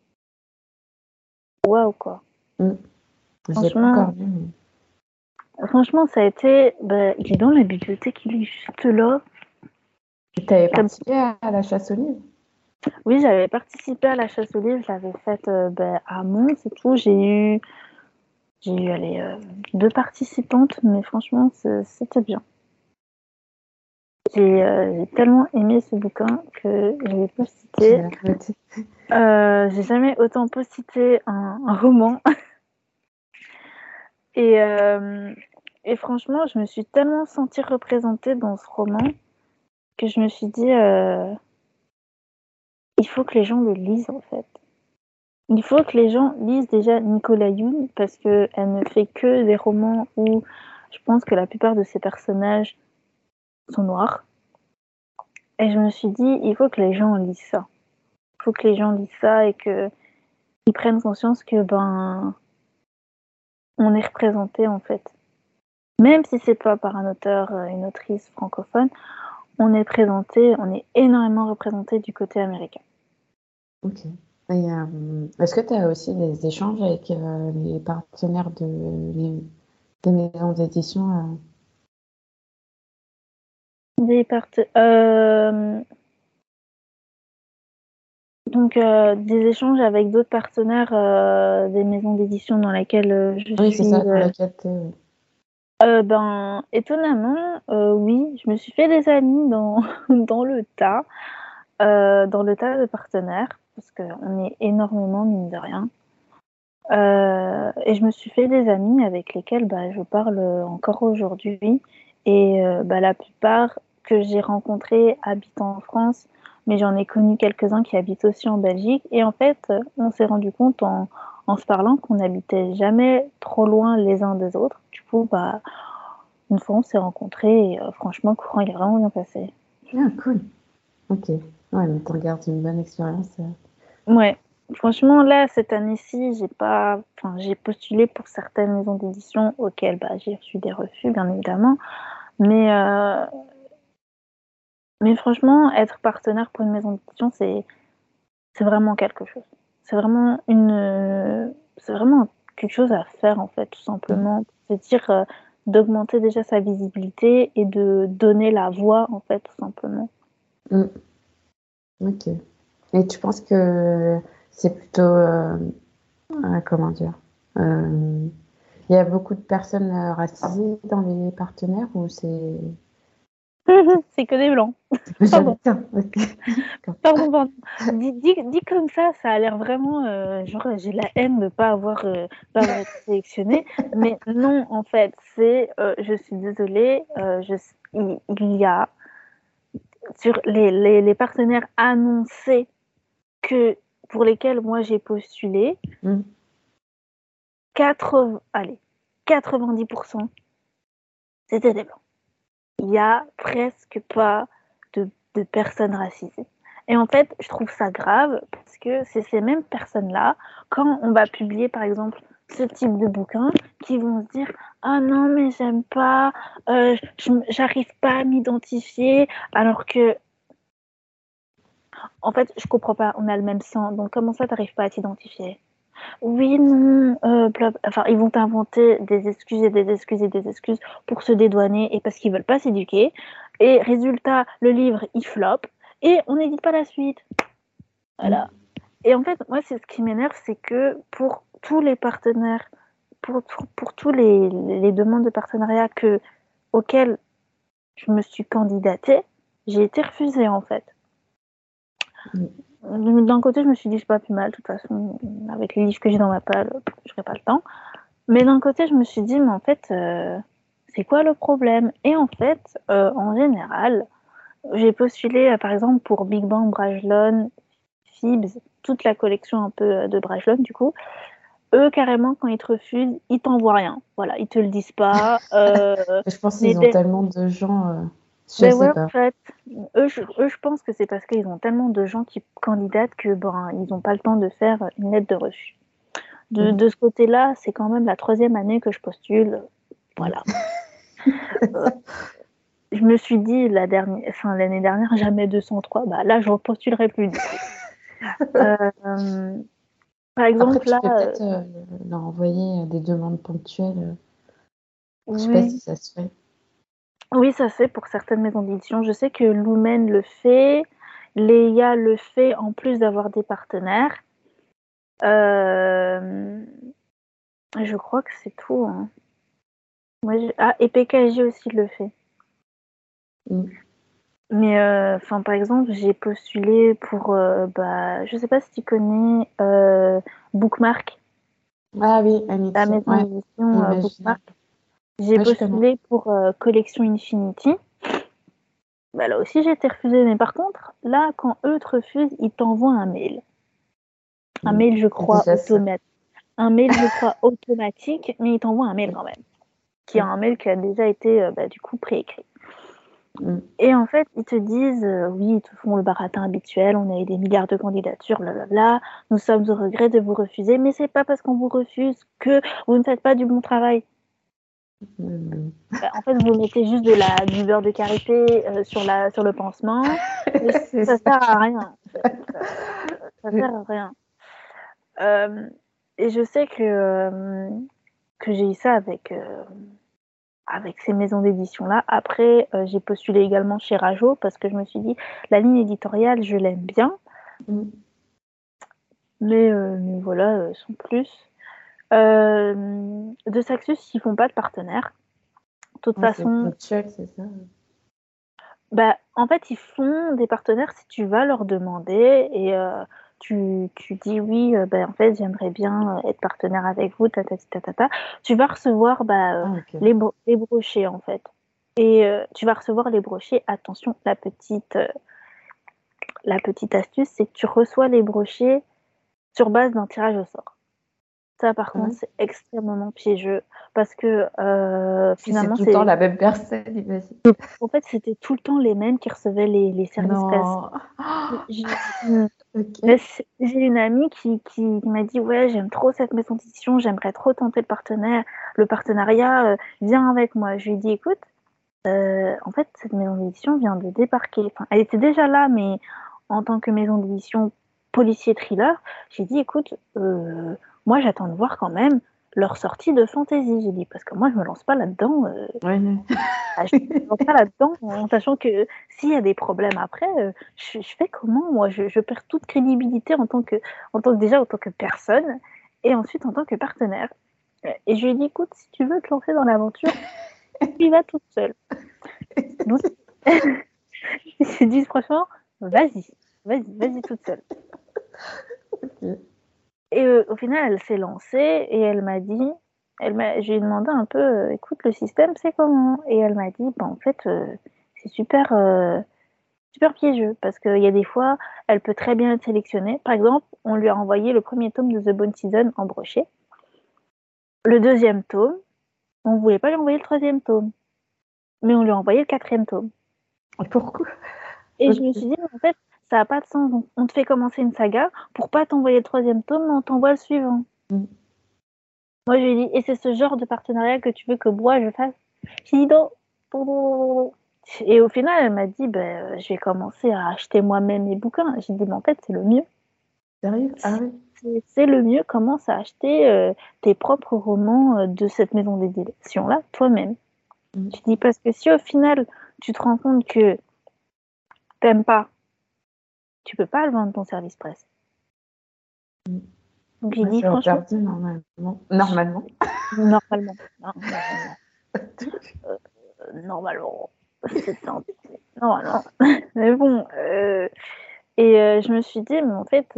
waouh, quoi. Mm. Je l'ai pas Franchement, encore vu, mais... franchement, ça a été, il est dans la bibliothèque, il est juste là. Tu avais Comme... participé à la chasse aux livres? Oui, j'avais participé à la chasse aux livres, je l'avais faite à Mons et tout. J'ai eu allez, 2 participantes, mais franchement, c'était bien. J'ai tellement aimé ce bouquin que je l'ai Je post-it. l'ai noté. J'ai jamais autant post-ité un roman. Et, euh, et franchement, je me suis tellement sentie représentée dans ce roman que je me suis dit, il faut que les gens le lisent en fait. Il faut que les gens lisent déjà Nicolas Youn parce qu'elle ne fait que des romans où je pense que la plupart de ses personnages sont noirs. Et je me suis dit, il faut que les gens lisent ça. Il faut que les gens lisent ça et qu'ils prennent conscience que on est représenté en fait. Même si c'est pas par un auteur, une autrice francophone, on est présenté, on est énormément représenté du côté américain. Ok. Et, est-ce que tu as aussi des échanges avec les partenaires des maisons d'édition Donc des échanges avec d'autres partenaires des maisons d'édition dans lesquelles je Oui, c'est suis. ça, dans laquelle tu es. Étonnamment, oui, je me suis fait des amis dans, dans le tas de partenaires, parce qu'on est énormément, mine de rien. Et je me suis fait des amis avec lesquels je parle encore aujourd'hui. Et la plupart que j'ai rencontrés habitent en France, mais j'en ai connu quelques-uns qui habitent aussi en Belgique. Et en fait, on s'est rendu compte en se parlant qu'on n'habitait jamais trop loin les uns des autres. Du coup, une fois, on s'est rencontrés et franchement, le courant il est vraiment bien passé. Ah, cool. Ok. Ouais, mais tu gardes une bonne expérience. Ouais, franchement, là, cette année-ci, j'ai postulé pour certaines maisons d'édition auxquelles j'ai reçu des refus, bien évidemment. Mais, euh, mais franchement, être partenaire pour une maison d'édition, c'est vraiment quelque chose. c'est vraiment quelque chose à faire, en fait, tout simplement. C'est-à-dire d'augmenter déjà sa visibilité et de donner la voix, en fait, tout simplement. Ok. Et tu penses que c'est plutôt, comment dire, il y a beaucoup de personnes racisées dans les partenaires ou c'est... C'est que des blancs. Pardon. Pardon. Dit comme ça a l'air vraiment genre j'ai la haine de ne pas avoir été sélectionnée. Mais non, en fait, c'est je suis désolée, il y a sur les partenaires annoncés pour lesquels moi j'ai postulé, 90%, c'était des blancs. Il n'y a presque pas de personnes racisées. Et en fait, je trouve ça grave parce que c'est ces mêmes personnes-là, quand on va publier par exemple ce type de bouquin, qui vont se dire ah non mais j'aime pas, j'arrive pas à m'identifier, alors que en fait je comprends pas, on a le même sang, donc comment ça t'arrives pas à t'identifier? Oui, non, enfin, ils vont inventer des excuses et des excuses et des excuses pour se dédouaner et parce qu'ils veulent pas s'éduquer. Et résultat, le livre, il flop et on n'édite pas la suite. Voilà. Et en fait, moi, c'est ce qui m'énerve, c'est que pour tous les partenaires, pour tous les demandes de partenariat auxquelles je me suis candidatée, j'ai été refusée, en fait. D'un côté, je me suis dit, c'est pas plus mal, de toute façon, avec les livres que j'ai dans ma palle, je n'aurai pas le temps. Mais d'un côté, je me suis dit, mais en fait, c'est quoi le problème? Et en fait, en général, j'ai postulé, par exemple, pour Big Bang, Brajlon, Fibs, toute la collection un peu de Brajlon, du coup. Eux, carrément, quand ils te refusent, ils t'envoient rien. Voilà, ils te le disent pas. Je pense qu'ils ont tellement de gens... je sais pas. En fait, je pense que c'est parce qu'ils ont tellement de gens qui candidatent que ils n'ont pas le temps de faire une lettre de refus. De ce côté-là, c'est quand même la 3e année que je postule. Voilà. Je me suis dit l'année dernière, jamais 203. Bah là, je ne postulerai plus. Par exemple, après, tu peux peut-être leur envoyer des demandes ponctuelles. Je sais pas si ça se fait. Oui, ça se fait pour certaines maisons d'édition. Je sais que Lumen le fait, Leia le fait en plus d'avoir des partenaires. Je crois que c'est tout. Hein. Et PKJ aussi le fait. Mais par exemple, j'ai postulé pour, je sais pas si tu connais Bookmark. Ah oui, La Amitié. maison d'édition Bookmark. J'ai postulé pour Collection Infinity. Bah, là aussi, j'ai été refusée. Mais par contre, là, quand eux te refusent, ils t'envoient un mail. Un mail, je crois, automatique, mais ils t'envoient un mail quand même. Qui est un mail qui a déjà été, du coup, préécrit. Et en fait, ils te disent, oui, ils te font le baratin habituel, on a eu des milliards de candidatures, blablabla, nous sommes au regret de vous refuser, mais c'est pas parce qu'on vous refuse que vous ne faites pas du bon travail. En fait, vous mettez juste du beurre de karité sur le pansement, ça sert à rien. Ça sert à rien. Et je sais que j'ai eu ça avec ces maisons d'édition-là. Après, j'ai postulé également chez Rajo parce que je me suis dit, la ligne éditoriale, je l'aime bien. Mais voilà, sans plus. De Saxus, ils font pas de partenaire. De toute façon... C'est c'est ça. En fait, ils font des partenaires si tu vas leur demander et tu dis oui, en fait, j'aimerais bien être partenaire avec vous, tu vas recevoir les brochets, en fait. Et tu vas recevoir les brochets. Attention, la petite astuce, c'est que tu reçois les brochets sur base d'un tirage au sort. Ça, par contre, c'est extrêmement piégeux parce que finalement, c'est tout le temps la même personne, imagine. En fait, c'était tout le temps les mêmes qui recevaient les services presse. J'ai une amie qui m'a dit ouais, j'aime trop cette maison d'édition, j'aimerais trop tenter le partenariat, viens avec moi. Je lui ai dit écoute, en fait, cette maison d'édition vient de débarquer. Enfin, elle était déjà là, mais en tant que maison d'édition policier thriller. J'ai dit, écoute, moi j'attends de voir quand même leur sortie de fantasy. J'ai dit, parce que moi je me lance pas là-dedans. Ouais. Je me lance pas là-dedans en sachant que s'il y a des problèmes après, je fais comment moi je perds toute crédibilité déjà en tant que personne et ensuite en tant que partenaire. Et je lui ai dit, écoute, si tu veux te lancer dans l'aventure, tu y vas toute seule. Donc, j'ai dit franchement, vas-y toute seule. Ok. Et au final, elle s'est lancée et elle m'a dit, je lui ai demandé un peu, écoute, le système, c'est comment? Et elle m'a dit, bah, en fait, c'est super, super piégeux parce qu'il y a des fois, elle peut très bien être sélectionnée. Par exemple, on lui a envoyé le premier tome de The Bone Season en brochet. Le deuxième tome, on ne voulait pas lui envoyer le troisième tome, mais on lui a envoyé le quatrième tome. Pourquoi? Et Ok. je me suis dit, en fait, ça n'a pas de sens. Donc, on te fait commencer une saga pour pas t'envoyer le troisième tome, mais on t'envoie le suivant. Mm. Moi, je lui ai dit, et c'est ce genre de partenariat que tu veux que moi je fasse? J'ai dit non. Et au final, elle m'a dit, ben, je vais commencer à acheter moi-même mes bouquins. J'ai dit, mais en fait, c'est le mieux. Sérieux? Ah oui. C'est le mieux. Commence à acheter tes propres romans de cette maison d'édition-là, toi-même. Mm. Je dis, parce que si au final, tu te rends compte que t'aimes pas, tu peux pas le vendre ton service presse. Mm. Donc j'ai Ouais, dit, c'est franchement, interdit normalement. Normalement. normalement, non, normalement, normalement, c'est ça, normalement. Mais bon, je me suis dit, mais en fait,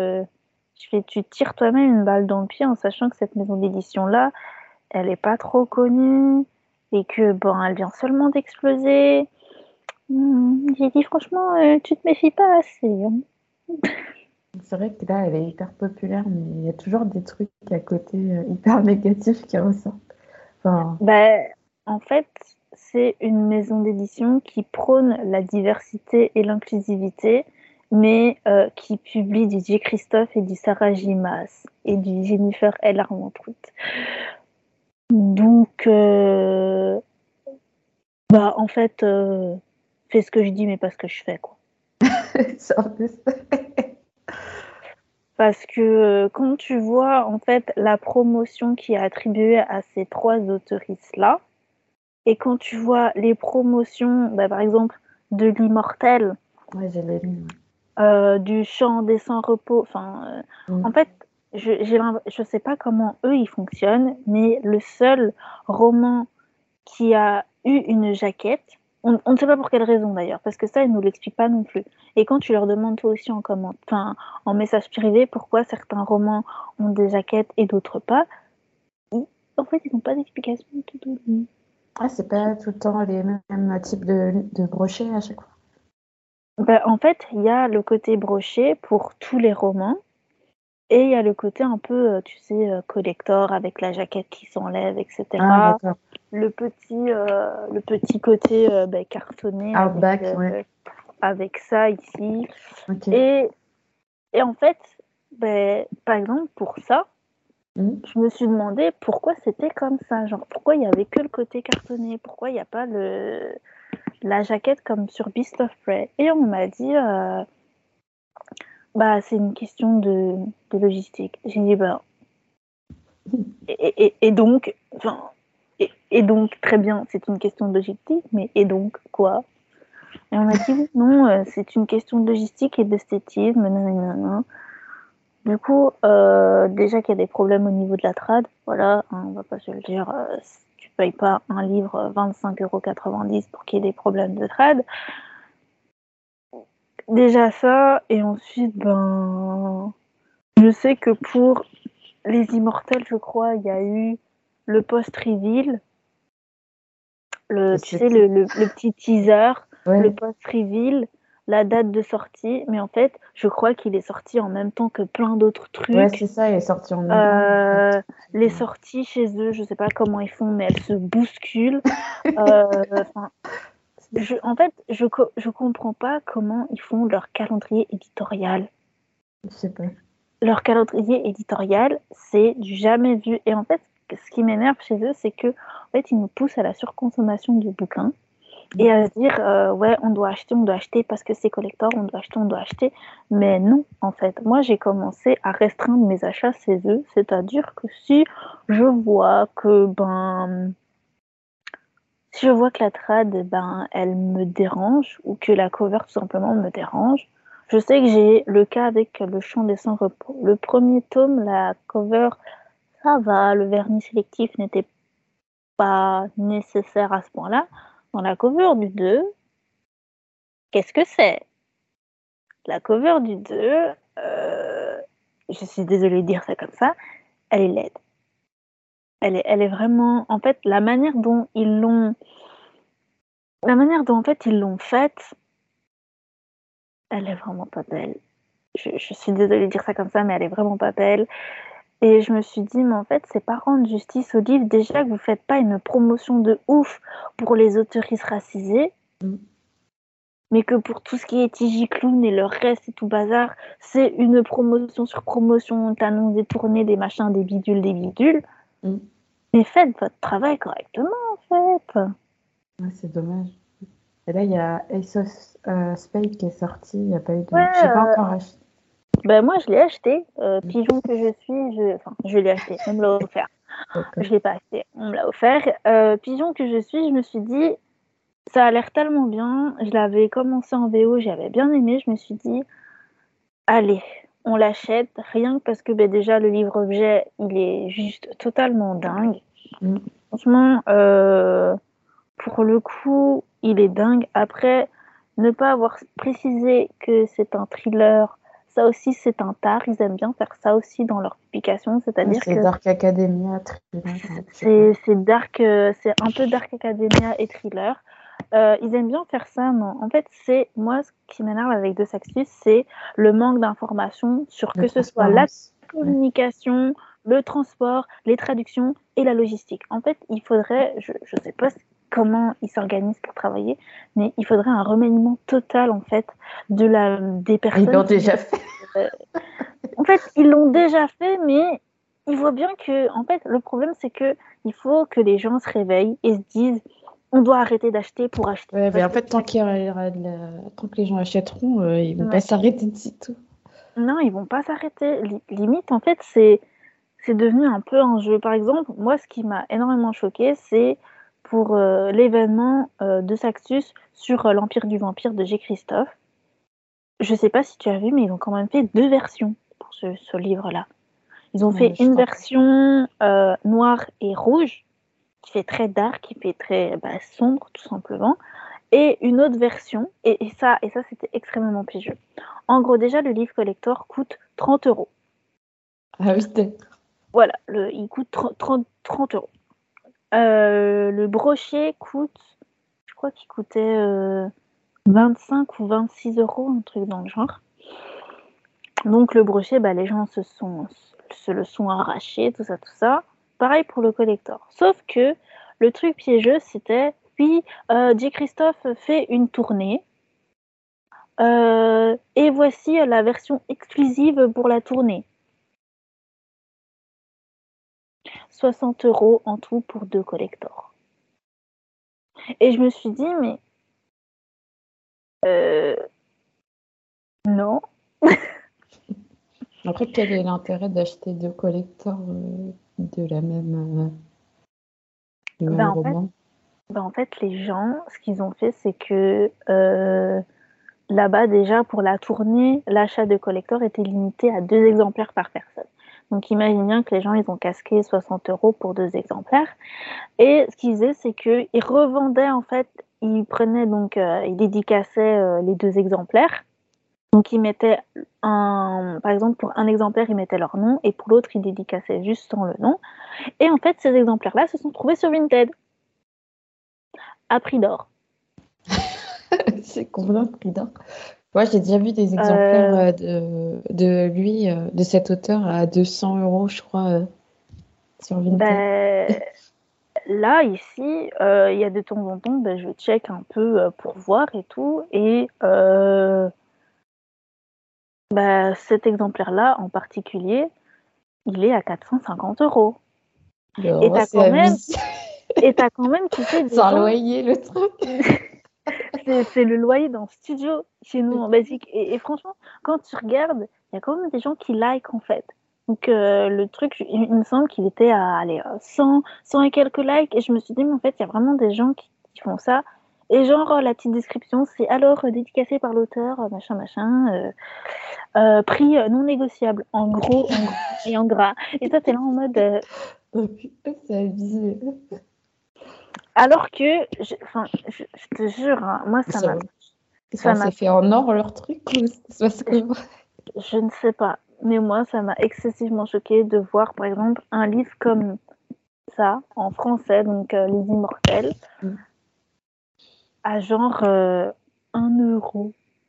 tu tires toi-même une balle dans le pied en sachant que cette maison d'édition-là, elle est pas trop connue et que, bon, elle vient seulement d'exploser. J'ai dit, franchement, tu te méfies pas assez. Hein. C'est vrai que là, elle est hyper populaire, mais il y a toujours des trucs à côté hyper négatifs qui ressortent. Enfin, Bah, en fait, c'est une maison d'édition qui prône la diversité et l'inclusivité, mais qui publie du J. Christophe et du Sarah J. Maas et du Jennifer L. Armentrout. Donc, bah, en fait, fais ce que je dis, mais pas ce que je fais, quoi. c'est un peu ça. Parce que quand tu vois, en fait, la promotion qui est attribuée à ces trois autoristes-là, et quand tu vois les promotions, bah, par exemple, de l'Immortel, Ouais, je l'ai lu. du Chant des sans-repos, enfin, en Mm. fait, je sais pas comment eux, ils fonctionnent, mais le seul roman qui a eu une jaquette, on ne sait pas pour quelle raison d'ailleurs, parce que ça, ils nous l'expliquent pas non plus. Et quand tu leur demandes toi aussi en message privé, pourquoi certains romans ont des jaquettes et d'autres pas, en fait, ils n'ont pas d'explication de tout donner. Ah, c'est pas tout le temps les mêmes types de brochets à chaque fois. Ben, en fait, il y a le côté brochet pour tous les romans, et il y a le côté un peu, tu sais, collector avec la jaquette qui s'enlève, Ah, etc. d'accord. Le petit côté ben, cartonné Outback, ouais. avec ça ici. Ok. Et, et en fait, ben, par exemple, pour ça, Mm. je me suis demandé pourquoi c'était comme ça. Genre, pourquoi il n'y avait que le côté cartonné? Pourquoi il n'y a pas la jaquette comme sur Beast of Prey? Et on m'a dit, bah, c'est une question de logistique. J'ai dit, bah, et donc, enfin, et donc, très bien, c'est une question de logistique, mais et donc, quoi? Et on m'a dit, oui, non, c'est une question de logistique et d'esthétisme, nanana. Du coup, déjà qu'il y a des problèmes au niveau de la trad, voilà, hein, on va pas se le dire, tu payes pas un livre 25,90 € pour qu'il y ait des problèmes de trad. Déjà ça, et ensuite, ben, je sais que pour les Immortels, je crois, il y a eu le post-reveal, tu sais, le petit teaser, le Ouais, post-reveal, la date de sortie, mais en fait, je crois qu'il est sorti en même temps que plein d'autres ouais, trucs. c'est ça, il est sorti en même temps. En fait. Les sorties chez eux, je sais pas comment ils font, mais elles se bousculent. En fait, je comprends pas comment ils font leur calendrier éditorial. Je sais pas. Leur calendrier éditorial, c'est du jamais vu. Et en fait, ce qui m'énerve chez eux, c'est que en fait, ils nous poussent à la surconsommation de bouquins. et à se dire ouais, on doit acheter parce que c'est collector, on doit acheter. Mais non, en fait, moi j'ai commencé à restreindre mes achats chez eux, c'est-à-dire que je vois que si je vois que la trad, elle me dérange ou que la cover tout simplement me dérange, je sais que j'ai le cas avec Le Chant des Sans Repos. Le premier tome, la cover, ça va, le vernis sélectif n'était pas nécessaire à ce point-là. Dans la cover du 2, qu'est-ce que c'est? La cover du 2, je suis désolée de dire ça comme ça, elle est laide. Elle est vraiment... En fait, la manière dont en fait, ils l'ont faite, elle est vraiment pas belle. Je suis désolée de dire ça comme ça, mais elle est vraiment pas belle. Et je me suis dit, mais en fait, c'est pas rendre justice au livre. Déjà que vous faites pas une promotion de ouf pour les autoristes racisés, mais que pour tout ce qui est Tiji Clown et le reste et tout bazar, c'est une promotion sur promotion, t'annonces des tournées, des machins, des bidules, des bidules. Mais faites votre travail correctement, en fait. Ouais, c'est dommage. Et là, il y a Ace of Spades qui est sorti, il n'y a pas eu de... Ouais, J'ai pas encore acheté. moi, je l'ai acheté. Pigeon que je suis, je l'ai acheté. On me l'a offert. Je l'ai pas acheté, on me l'a offert. Pigeon que je suis, je me suis dit, ça a l'air tellement bien. Je l'avais commencé en VO, j'avais bien aimé. Je me suis dit, allez, on l'achète. Rien que parce que déjà, le livre-objet, il est juste totalement dingue. Franchement, pour le coup, il est dingue. Après, ne pas avoir précisé que c'est un thriller, ça aussi, c'est un tard. Ils aiment bien faire ça aussi dans leur publication, c'est-à-dire c'est que Dark Academia, c'est dark, c'est un peu Dark Academia et thriller. Ils aiment bien faire ça, non. En fait, c'est moi ce qui m'énerve avec Deux Saxus, c'est le manque d'informations sur que ce soit la communication, le transport, les traductions et la logistique. En fait, il faudrait, je sais pas comment ils s'organisent pour travailler, mais il faudrait un remaniement total en fait des personnes. Ils l'ont déjà fait. En fait, ils l'ont déjà fait, mais il voit bien que, en fait, le problème c'est que il faut que les gens se réveillent et se disent, on doit arrêter d'acheter pour acheter. Ouais, mais en fait, tant que les gens achèteront, ils vont pas s'arrêter de tout. Non, ils vont pas s'arrêter. Limite, en fait, c'est devenu un peu un jeu. Par exemple, moi, ce qui m'a énormément choqué, c'est pour l'événement de Saxus sur l'Empire du Vampire de G. Christophe. Je sais pas si tu as vu, mais ils ont quand même fait 2 versions pour ce livre-là. Ils ont fait une version noire et rouge, qui fait très dark, qui fait très sombre, tout simplement, et une autre version, et ça c'était extrêmement piégeux. En gros, déjà, le livre collector coûte 30 €. Ah oui, d'accord. Voilà, il coûte 30 €. Le brochet coûte, je crois qu'il coûtait 25 ou 26 €, un truc dans le genre. Donc le brochet, les gens se le sont arrachés, tout ça. Pareil pour le collector. Sauf que le truc piégeux, c'était, oui, J. Christophe fait une tournée, et voici la version exclusive pour la tournée. 60 € en tout pour 2 collectors. Et je me suis dit, mais non. Après, quel est l'intérêt d'acheter 2 collectors de la même roman? En fait, les gens, ce qu'ils ont fait, c'est que là-bas, déjà, pour la tournée, l'achat de collector était limité à 2 exemplaires par personne. Donc, imagine bien que les gens, ils ont casqué 60 € pour 2 exemplaires. Et ce qu'ils faisaient, c'est qu'ils revendaient, en fait, ils prenaient donc, ils dédicassaient les 2 exemplaires. Donc, ils mettaient par exemple, pour un exemplaire, ils mettaient leur nom, et pour l'autre, ils dédicassaient juste sans le nom. Et en fait, ces exemplaires-là se sont trouvés sur Vinted, à prix d'or. C'est combien de prix d'or? Moi, j'ai déjà vu des exemplaires de lui, de cet auteur, à 200 €, je crois, sur Vinted. Là, ici, il y a de temps en temps, je check un peu pour voir et tout. Et cet exemplaire-là, en particulier, il est à 450 €. Et t'as quand même, tu sais, sans loyer, le truc. c'est le loyer d'un studio chez nous en Belgique. Et franchement, quand tu regardes, il y a quand même des gens qui like en fait. Donc le truc, il me semble qu'il était à 100 et quelques likes. Et je me suis dit, mais en fait, il y a vraiment des gens qui font ça. Et genre, la petite description, c'est alors dédicacé par l'auteur, machin, machin, prix non négociable, en gros et en gras. Et toi, t'es là en mode... Oh putain, c'est abusé. alors que, je te jure, hein, moi, ça m'a... C'est fait en or leur truc ou ça se passe comment? Je ne sais pas, mais moi, ça m'a excessivement choquée de voir, par exemple, un livre comme ça, en français, donc Les Immortels, à genre 1 euro.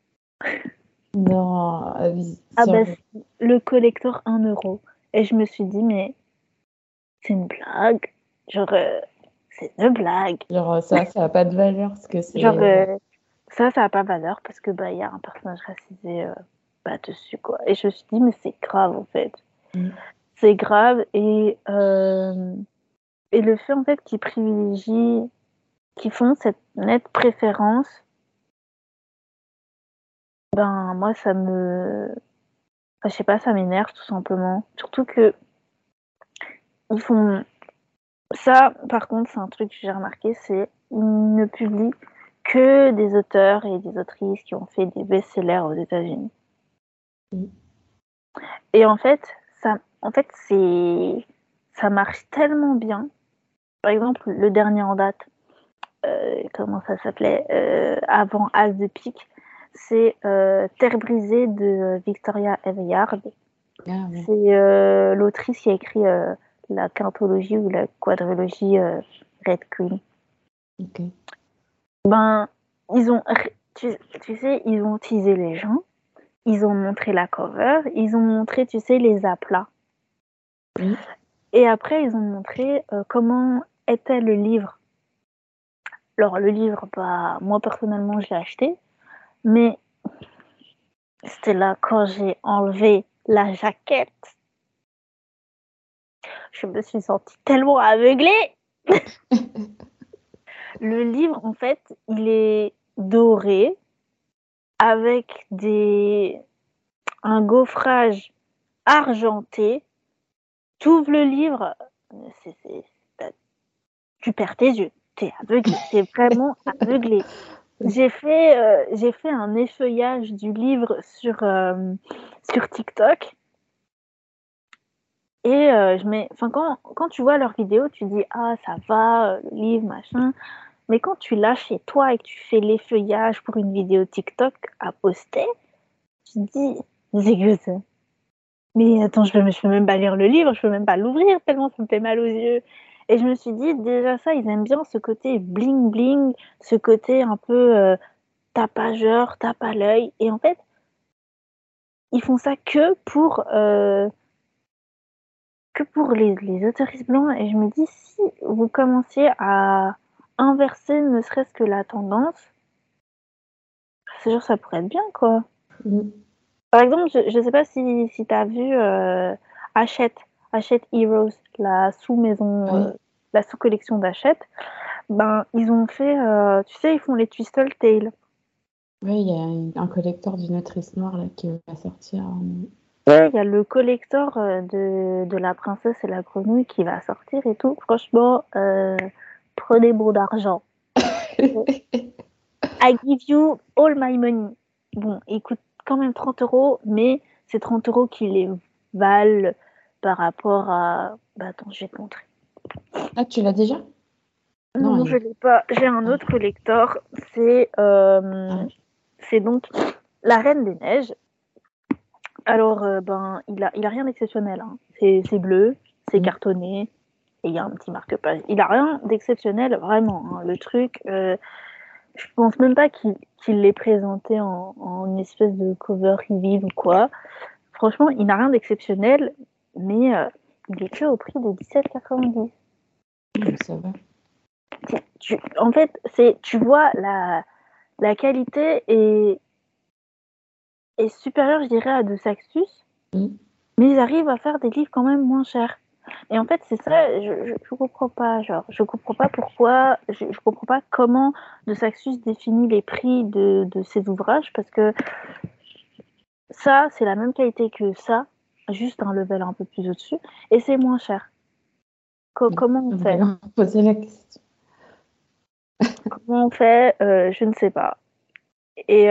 Non, oui, Ah bah, le collector 1 euro. Et je me suis dit, mais c'est une blague. Genre, c'est une blague. genre ça a pas de valeur parce que c'est. Genre, ça a pas valeur parce que bah, y a un personnage racisé dessus, quoi. Et je me suis dit, mais c'est grave, en fait. C'est grave et le fait en fait qu'ils font cette nette préférence, ben moi ça me, je sais pas, ça m'énerve tout simplement. Surtout que ils font ça, par contre, c'est un truc que j'ai remarqué, c'est ils ne publient que des auteurs et des autrices qui ont fait des best-sellers aux États-Unis. Et en fait, ça marche tellement bien. Par exemple, le dernier en date, comment ça s'appelait, avant As de Pique, c'est Terre brisée de Victoria Aveyard. Ah, oui. C'est l'autrice qui a écrit la quintologie ou la quadrilogie Red Queen. Ok. Ben, tu sais, ils ont teasé les gens, ils ont montré la cover, ils ont montré, tu sais, les aplats. Oui. Et après, ils ont montré comment était le livre. Alors, le livre, bah, moi, personnellement, je l'ai acheté. Mais c'était là quand j'ai enlevé la jaquette. Je me suis sentie tellement aveuglée. Le livre, en fait, il est doré avec un gaufrage argenté. Tu ouvres le livre, tu perds tes yeux. T'es aveuglé, t'es vraiment aveuglé. J'ai fait un effeuillage du livre sur TikTok. Et quand tu vois leurs vidéos, tu dis ah ça va, le livre machin. Mais quand tu l'as chez toi et que tu fais l'effeuillage pour une vidéo TikTok à poster, tu te dis c'est que ça. Mais attends, je peux même pas lire le livre, je peux même pas l'ouvrir tellement ça me fait mal aux yeux. Et je me suis dit déjà ça, ils aiment bien ce côté bling bling, ce côté un peu tapageur, tape à l'œil. Et en fait, ils font ça que pour les autoristes blancs. Et je me dis, si vous commenciez à inverser ne serait-ce que la tendance, c'est sûr ça pourrait être bien, quoi. Par exemple, je sais pas si tu as vu Hachette Heroes, la sous-maison, la sous-collection d'Hachette. Ben, ils ont fait, tu sais, ils font les Twistle Tales. Oui, il y a un collector d'une autrice noire là, qui va sortir. Ouais, il y a le collector de La Princesse et la Grenouille qui va sortir et tout. Franchement, prenez mon argent. I give you all my money. Bon, il coûte quand même 30 euros, mais c'est 30 euros qui les valent par rapport à... Bah attends, je vais te montrer. Ah, tu l'as déjà? Non, je l'ai pas. J'ai un autre collector. C'est donc La Reine des Neiges. Alors, il a rien d'exceptionnel. Hein. C'est bleu, c'est cartonné, et il y a un petit marque-page. Il a rien d'exceptionnel, vraiment. Hein. Le truc, je pense même pas qu'il l'ait présenté en une espèce de cover reveal ou quoi. Franchement, il n'a rien d'exceptionnel, mais il est que au prix de 17,90. Ça va. En fait, tu vois, la qualité est supérieure, je dirais, à de Saxus, mais ils arrivent à faire des livres quand même moins chers. Et en fait, c'est ça, je comprends pas. Genre, je comprends pas pourquoi, je comprends pas comment De Saxus définit les prix de ses ouvrages, parce que ça, c'est la même qualité que ça, juste un level un peu plus au-dessus, et c'est moins cher. Comment on fait? Poser la question. Comment on fait? Je ne sais pas. Et,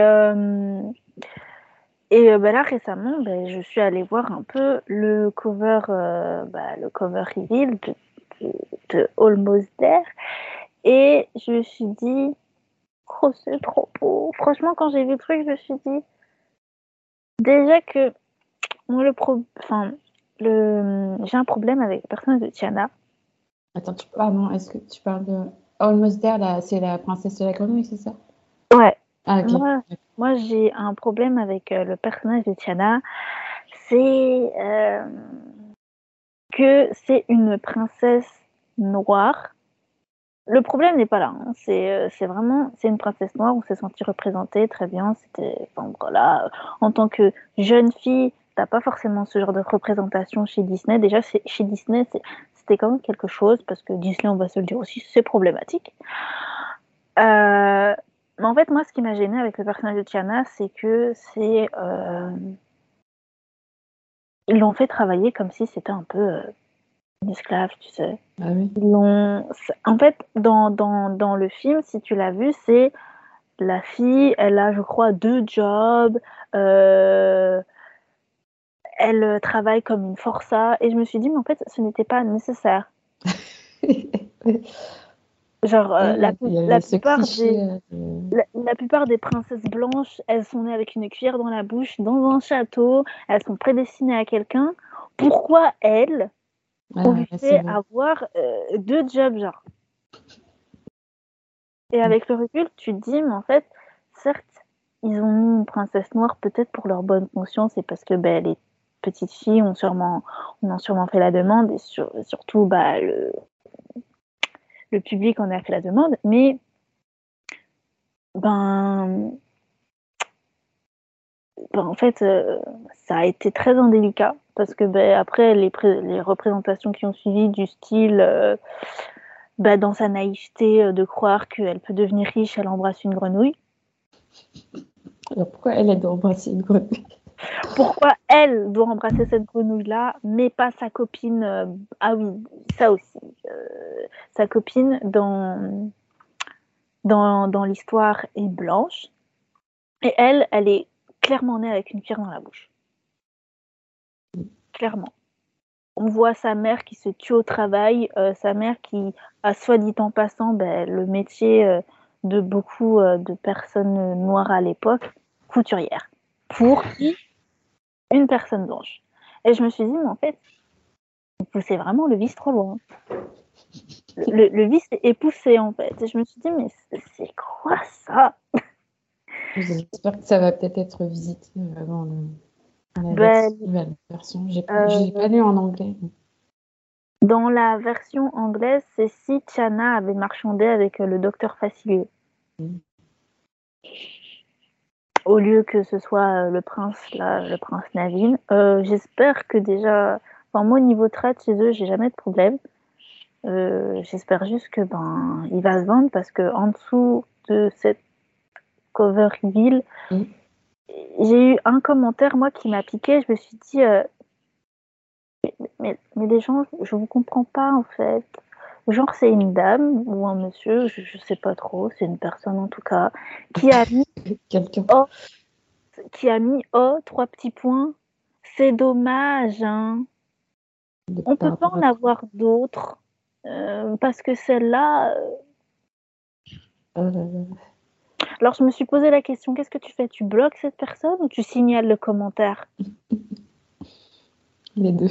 là, récemment, je suis allée voir un peu le cover reveal de Almost There. Et je me suis dit, oh, c'est trop beau. Franchement, quand j'ai vu le truc, je me suis dit, déjà que moi, j'ai un problème avec le personnage de Tiana. Attends, pardon, est-ce que tu parles de Almost There, là, c'est la princesse de la grenouille, c'est ça? Ouais. Ah, ok. Moi, j'ai un problème avec le personnage de Tiana. C'est que c'est une princesse noire. Le problème n'est pas là. Hein. C'est vraiment, c'est une princesse noire. On s'est senti représentée très bien. C'était, enfin, voilà, en tant que jeune fille, t'as pas forcément ce genre de représentation chez Disney. Déjà, chez Disney, c'était quand même quelque chose parce que Disney, on va se le dire aussi, c'est problématique. Mais en fait, moi, ce qui m'a gênée avec le personnage de Tiana, c'est que ils l'ont fait travailler comme si c'était un peu une esclave, tu sais. Ah oui. En fait, dans le film, si tu l'as vu, c'est la fille, elle a, je crois, 2 jobs, elle travaille comme une forçat, et je me suis dit, mais en fait, ce n'était pas nécessaire. Genre, la plupart des princesses blanches, elles sont nées avec une cuillère dans la bouche, dans un château, elles sont prédestinées à quelqu'un. Pourquoi elle, on lui fait avoir 2 jobs, genre? Et avec le recul, tu te dis, mais en fait, certes, ils ont mis une princesse noire peut-être pour leur bonne conscience et parce que les petites filles ont sûrement fait la demande et surtout le public en a fait la demande, mais en fait, ça a été très indélicat parce que après les représentations qui ont suivi du style dans sa naïveté de croire qu'elle peut devenir riche, elle embrasse une grenouille. Alors pourquoi elle doit embrasser une grenouille? Pourquoi elle doit embrasser cette grenouille-là, mais pas sa copine Ah oui, ça aussi. Sa copine dans l'histoire est blanche. Et elle est clairement née avec une cuillère dans la bouche. Clairement. On voit sa mère qui se tue au travail, sa mère qui a, soit dit en passant, le métier de beaucoup de personnes noires à l'époque, couturière. Pour une personne blanche. Et je me suis dit, mais en fait, vous poussez vraiment le vice trop loin. Le vice est poussé, en fait. Et je me suis dit, mais c'est quoi ça? J'espère que ça va peut-être être visité avant la nouvelle version. J'ai pas lu en anglais. Dans la version anglaise, c'est si Tiana avait marchandé avec le docteur Facilier. Au lieu que ce soit le prince Naveen. J'espère que déjà... Enfin, moi, au niveau trade, chez eux, j'ai jamais de problème. J'espère juste que il va se vendre parce que en dessous de cette cover reveal, j'ai eu un commentaire, moi, qui m'a piqué. Je me suis dit... mais les gens, je vous comprends pas, en fait. Genre, c'est une dame ou un monsieur, je sais pas trop, c'est une personne en tout cas, qui a mis oh, 3 petits points. C'est dommage, hein. On peut pas en avoir d'autres parce que celle-là. Alors, je me suis posé la question, qu'est-ce que tu fais? Tu bloques cette personne ou tu signales le commentaire? Les deux.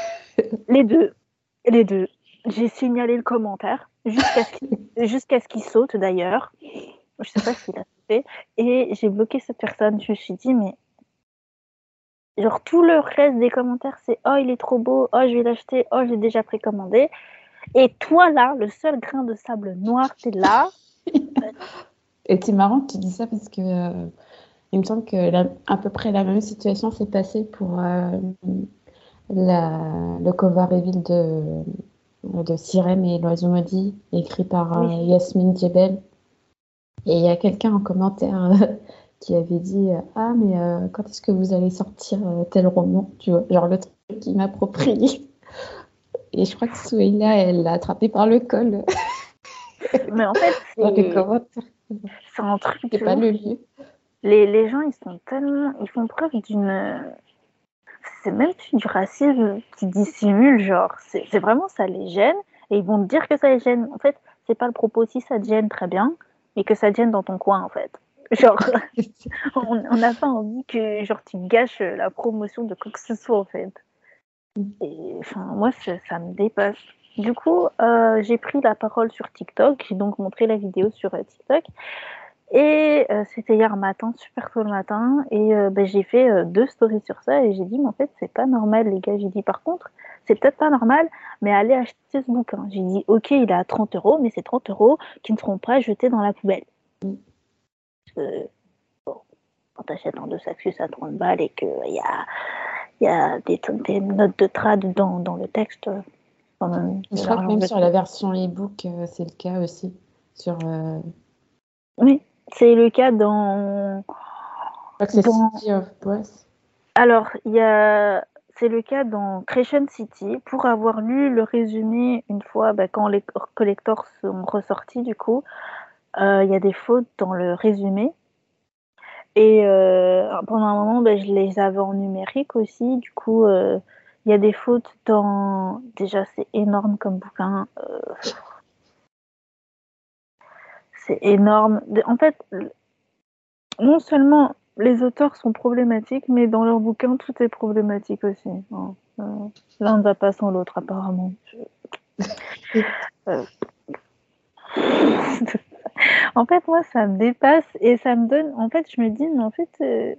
Les deux. J'ai signalé le commentaire jusqu'à ce qu'il saute d'ailleurs. Je sais pas s'il a fait. Et j'ai bloqué cette personne. Je me suis dit, mais genre tout le reste des commentaires, c'est oh, il est trop beau, oh, je vais l'acheter, oh, j'ai déjà précommandé. Et toi là, le seul grain de sable noir, t'es là. Et c'est marrant que tu dis ça parce que il me semble que à peu près la même situation s'est passée pour le cover reveal de Sirène et l'oiseau maudit, écrit par Oui. Yasmine Djebel. Et il y a quelqu'un en commentaire qui avait dit Ah, mais quand est-ce que vous allez sortir tel roman? Tu vois, genre le truc qui m'approprie. Et je crois que Souheila, elle l'a attrapé par le col Mais en fait, dans les commentaires. c'est un truc C'est de pas ouf. le lieu. Les gens, ils font preuve c'est même plus du racisme qui dissimule, genre, c'est vraiment ça les gêne, et ils vont te dire que ça les gêne. En fait, c'est pas le propos, si ça te gêne, très bien, mais que ça te gêne dans ton coin, en fait. Genre, on n'a pas envie que genre, tu gâches la promotion de quoi que ce soit, en fait. Et enfin, moi, ça me dépasse. Du coup, j'ai pris la parole sur TikTok, j'ai donc montré la vidéo sur TikTok, et c'était hier matin, super tôt le matin, et j'ai fait 2 stories sur ça, et j'ai dit, mais en fait, c'est pas normal, les gars. J'ai dit, par contre, c'est peut-être pas normal, mais allez acheter ce bouquin. J'ai dit, ok, il est à 30 €, mais c'est 30 € qui ne seront pas jetés dans la poubelle. Parce que, bon, quand t'achètes en 2 Saxus à 30 balles et qu'il y a des notes de trad dans le texte, quand même, Je crois que même sur la version e-book, c'est le cas aussi. Oui, c'est le cas dans... Je crois que c'est City of Boss. Alors, c'est le cas dans Creation City. Pour avoir lu le résumé une fois, quand les collectors sont ressortis, du coup, il y a des fautes dans le résumé. Et pendant un moment, je les avais en numérique aussi. Du coup, il y a des fautes dans... Déjà, c'est énorme comme bouquin. C'est énorme. En fait, non seulement les auteurs sont problématiques, mais dans leurs bouquins, tout est problématique aussi. L'un ne va pas sans l'autre, apparemment. En fait, moi, ça me dépasse et ça me donne... En fait, je me dis, mais en fait,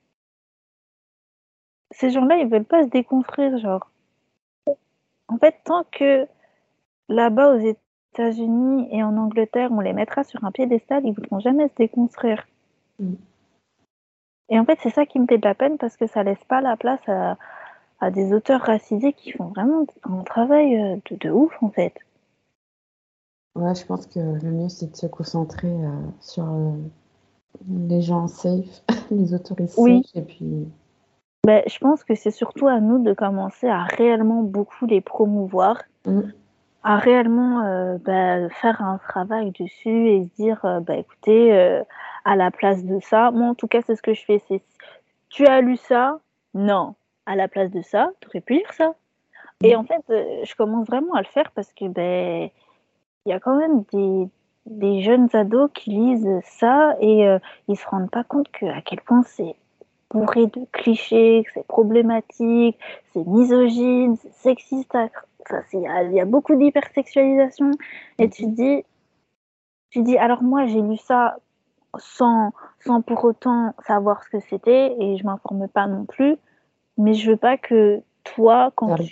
ces gens-là, ils veulent pas se déconstruire, genre. En fait, tant que là-bas, aux États-Unis et en Angleterre, on les mettra sur un piédestal, ils voudront jamais se déconstruire. Et en fait, c'est ça qui me fait de la peine parce que ça laisse pas la place à des auteurs racisés qui font vraiment un travail de ouf, en fait. Ouais, je pense que le mieux, c'est de se concentrer sur les gens safe, les autoristes safe, et puis... je pense que c'est surtout à nous de commencer à réellement beaucoup les promouvoir, à réellement faire un travail dessus et se dire, écoutez, à la place de ça, moi en tout cas, c'est ce que je fais, c'est tu as lu ça? Non. À la place de ça, tu aurais pu lire ça. Et en fait, je commence vraiment à le faire parce que il y a quand même des jeunes ados qui lisent ça et ils se rendent pas compte à quel point c'est bourré de clichés, que c'est problématique, c'est misogyne, c'est sexiste. Il y a beaucoup d'hypersexualisation. Et tu dis, alors moi j'ai lu ça sans pour autant savoir ce que c'était et je m'informe pas non plus, mais je veux pas que toi,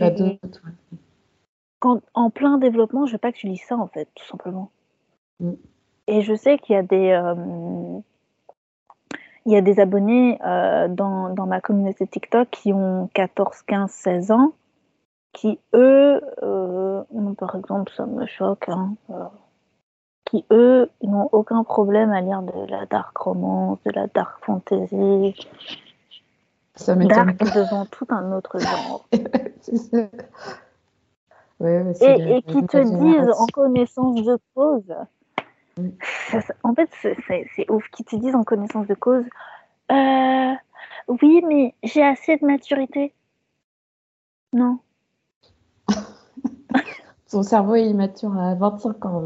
quand en plein développement, je veux pas que tu lises ça en fait, tout simplement. Et je sais qu'il y a des abonnés dans ma communauté TikTok qui ont 14, 15, 16 ans, qui eux, par exemple, ça me choque, qui eux n'ont aucun problème à lire de la dark romance, de la dark fantasy, dark devant tout un autre genre. C'est ça. Ouais, et qui te disent en connaissance de cause, en fait c'est ouf, qui te disent en connaissance de cause, oui mais j'ai assez de maturité. Non. Son cerveau est immature à 25 ans.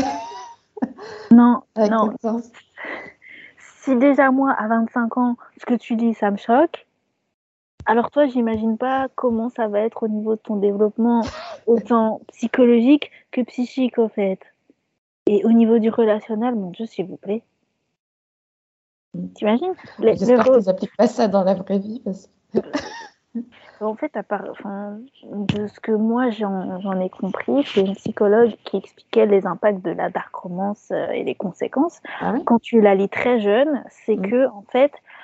Non, à non. 14. Si déjà moi, à 25 ans, ce que tu dis, ça me choque, alors toi, j'imagine pas comment ça va être au niveau de ton développement, autant psychologique que psychique, au fait. Et au niveau du relationnel, mon Dieu, s'il vous plaît. T'imagines? J'espère qu'ils n'appliquent pas ça dans la vraie vie. Parce que... En fait, de ce que moi j'en ai compris, c'est une psychologue qui expliquait les impacts de la dark romance et les conséquences. Ah oui? Quand tu la lis très jeune, c'est que, en fait,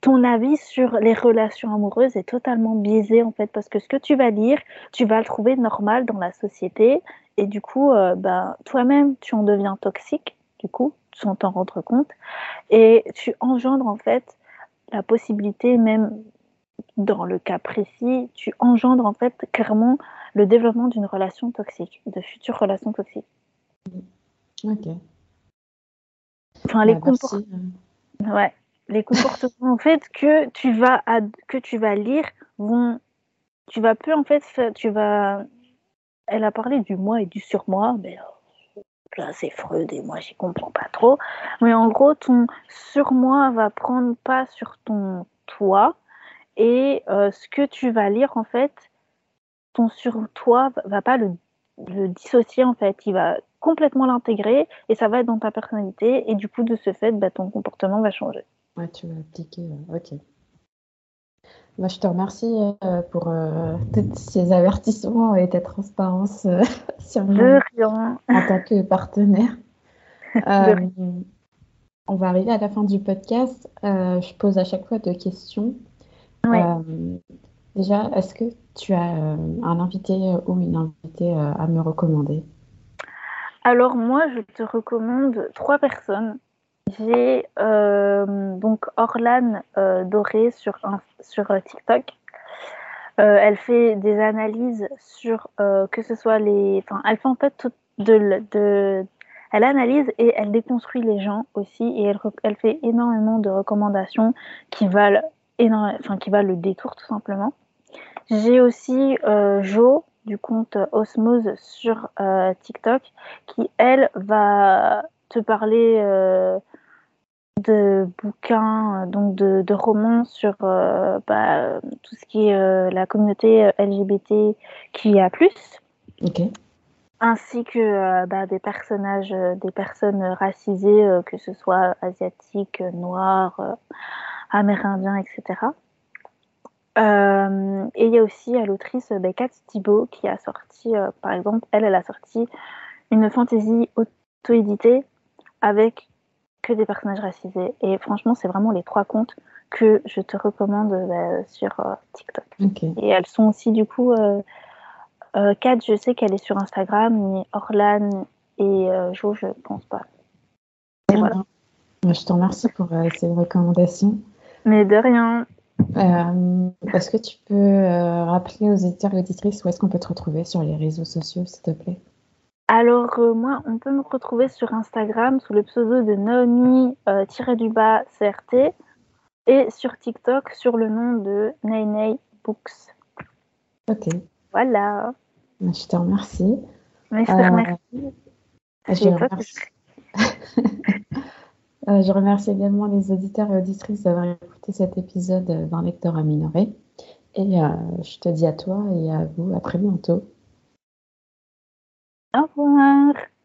ton avis sur les relations amoureuses est totalement biaisé en fait, parce que ce que tu vas lire, tu vas le trouver normal dans la société, et du coup, toi-même, tu en deviens toxique, du coup, sans t'en rendre compte, et tu engendres en fait la possibilité, même dans le cas précis, tu engendres en fait clairement le développement d'une relation toxique, de futures relations toxiques. Ok. Enfin, Merci. Ouais. Les comportements en fait que tu vas lire vont, tu vas peu en fait, elle a parlé du moi et du surmoi, mais là c'est Freud et moi j'y comprends pas trop. Mais en gros, ton surmoi va prendre pas sur ton toi, et ce que tu vas lire en fait, ton sur-toi va pas le dissocier en fait, il va complètement l'intégrer et ça va être dans ta personnalité, et du coup de ce fait, ton comportement va changer. Ouais, tu vas appliquer. Ok. Bah, je te remercie pour tous ces avertissements et ta transparence sur De moi rien. en tant que partenaire. De Euh, on va arriver à la fin du podcast. Je pose à chaque fois 2 questions. Oui. Euh, Déjà, est-ce que tu as un invité ou une invitée à me recommander? Alors moi, je te recommande 3 personnes. J'ai donc Orlane Doré sur TikTok. Elle fait des analyses sur que ce soit les... Enfin, elle fait en fait tout elle analyse et elle déconstruit les gens aussi, et elle fait énormément de recommandations qui valent, qui valent le détour tout simplement. J'ai aussi Jo du compte Osmose sur TikTok, qui elle va te parler de bouquins, donc de romans sur tout ce qui est la communauté LGBTQIA+, Ok. ainsi que des personnages, des personnes racisées, que ce soit asiatiques, noirs, amérindiens, etc. Et il y a aussi l'autrice Kat Thibault qui a sorti, par exemple, elle a sorti une fantasy auto-éditée avec que des personnages racisés. Et franchement, c'est vraiment les 3 comptes que je te recommande sur TikTok. Ok. Et elles sont aussi, du coup, Kat, je sais qu'elle est sur Instagram, mais Orlane et Jo, je pense pas. Et Très voilà. bien. Bah, je te remercie pour ces recommandations. Mais de rien. Est-ce que tu peux rappeler aux éditeurs et auditrices où est-ce qu'on peut te retrouver sur les réseaux sociaux, s'il te plaît? Alors, moi, on peut me retrouver sur Instagram sous le pseudo de Naomi-CRT, et sur TikTok sur le nom de Nainei Books. Ok. Voilà. Bah, je te remercie. Mais je te Euh, remercie. je C'est toi qui... remercie. Je remercie également les auditeurs et auditrices d'avoir écouté cet épisode d'un lecteur minoré. Et je te dis à toi et à vous à très bientôt. Au revoir.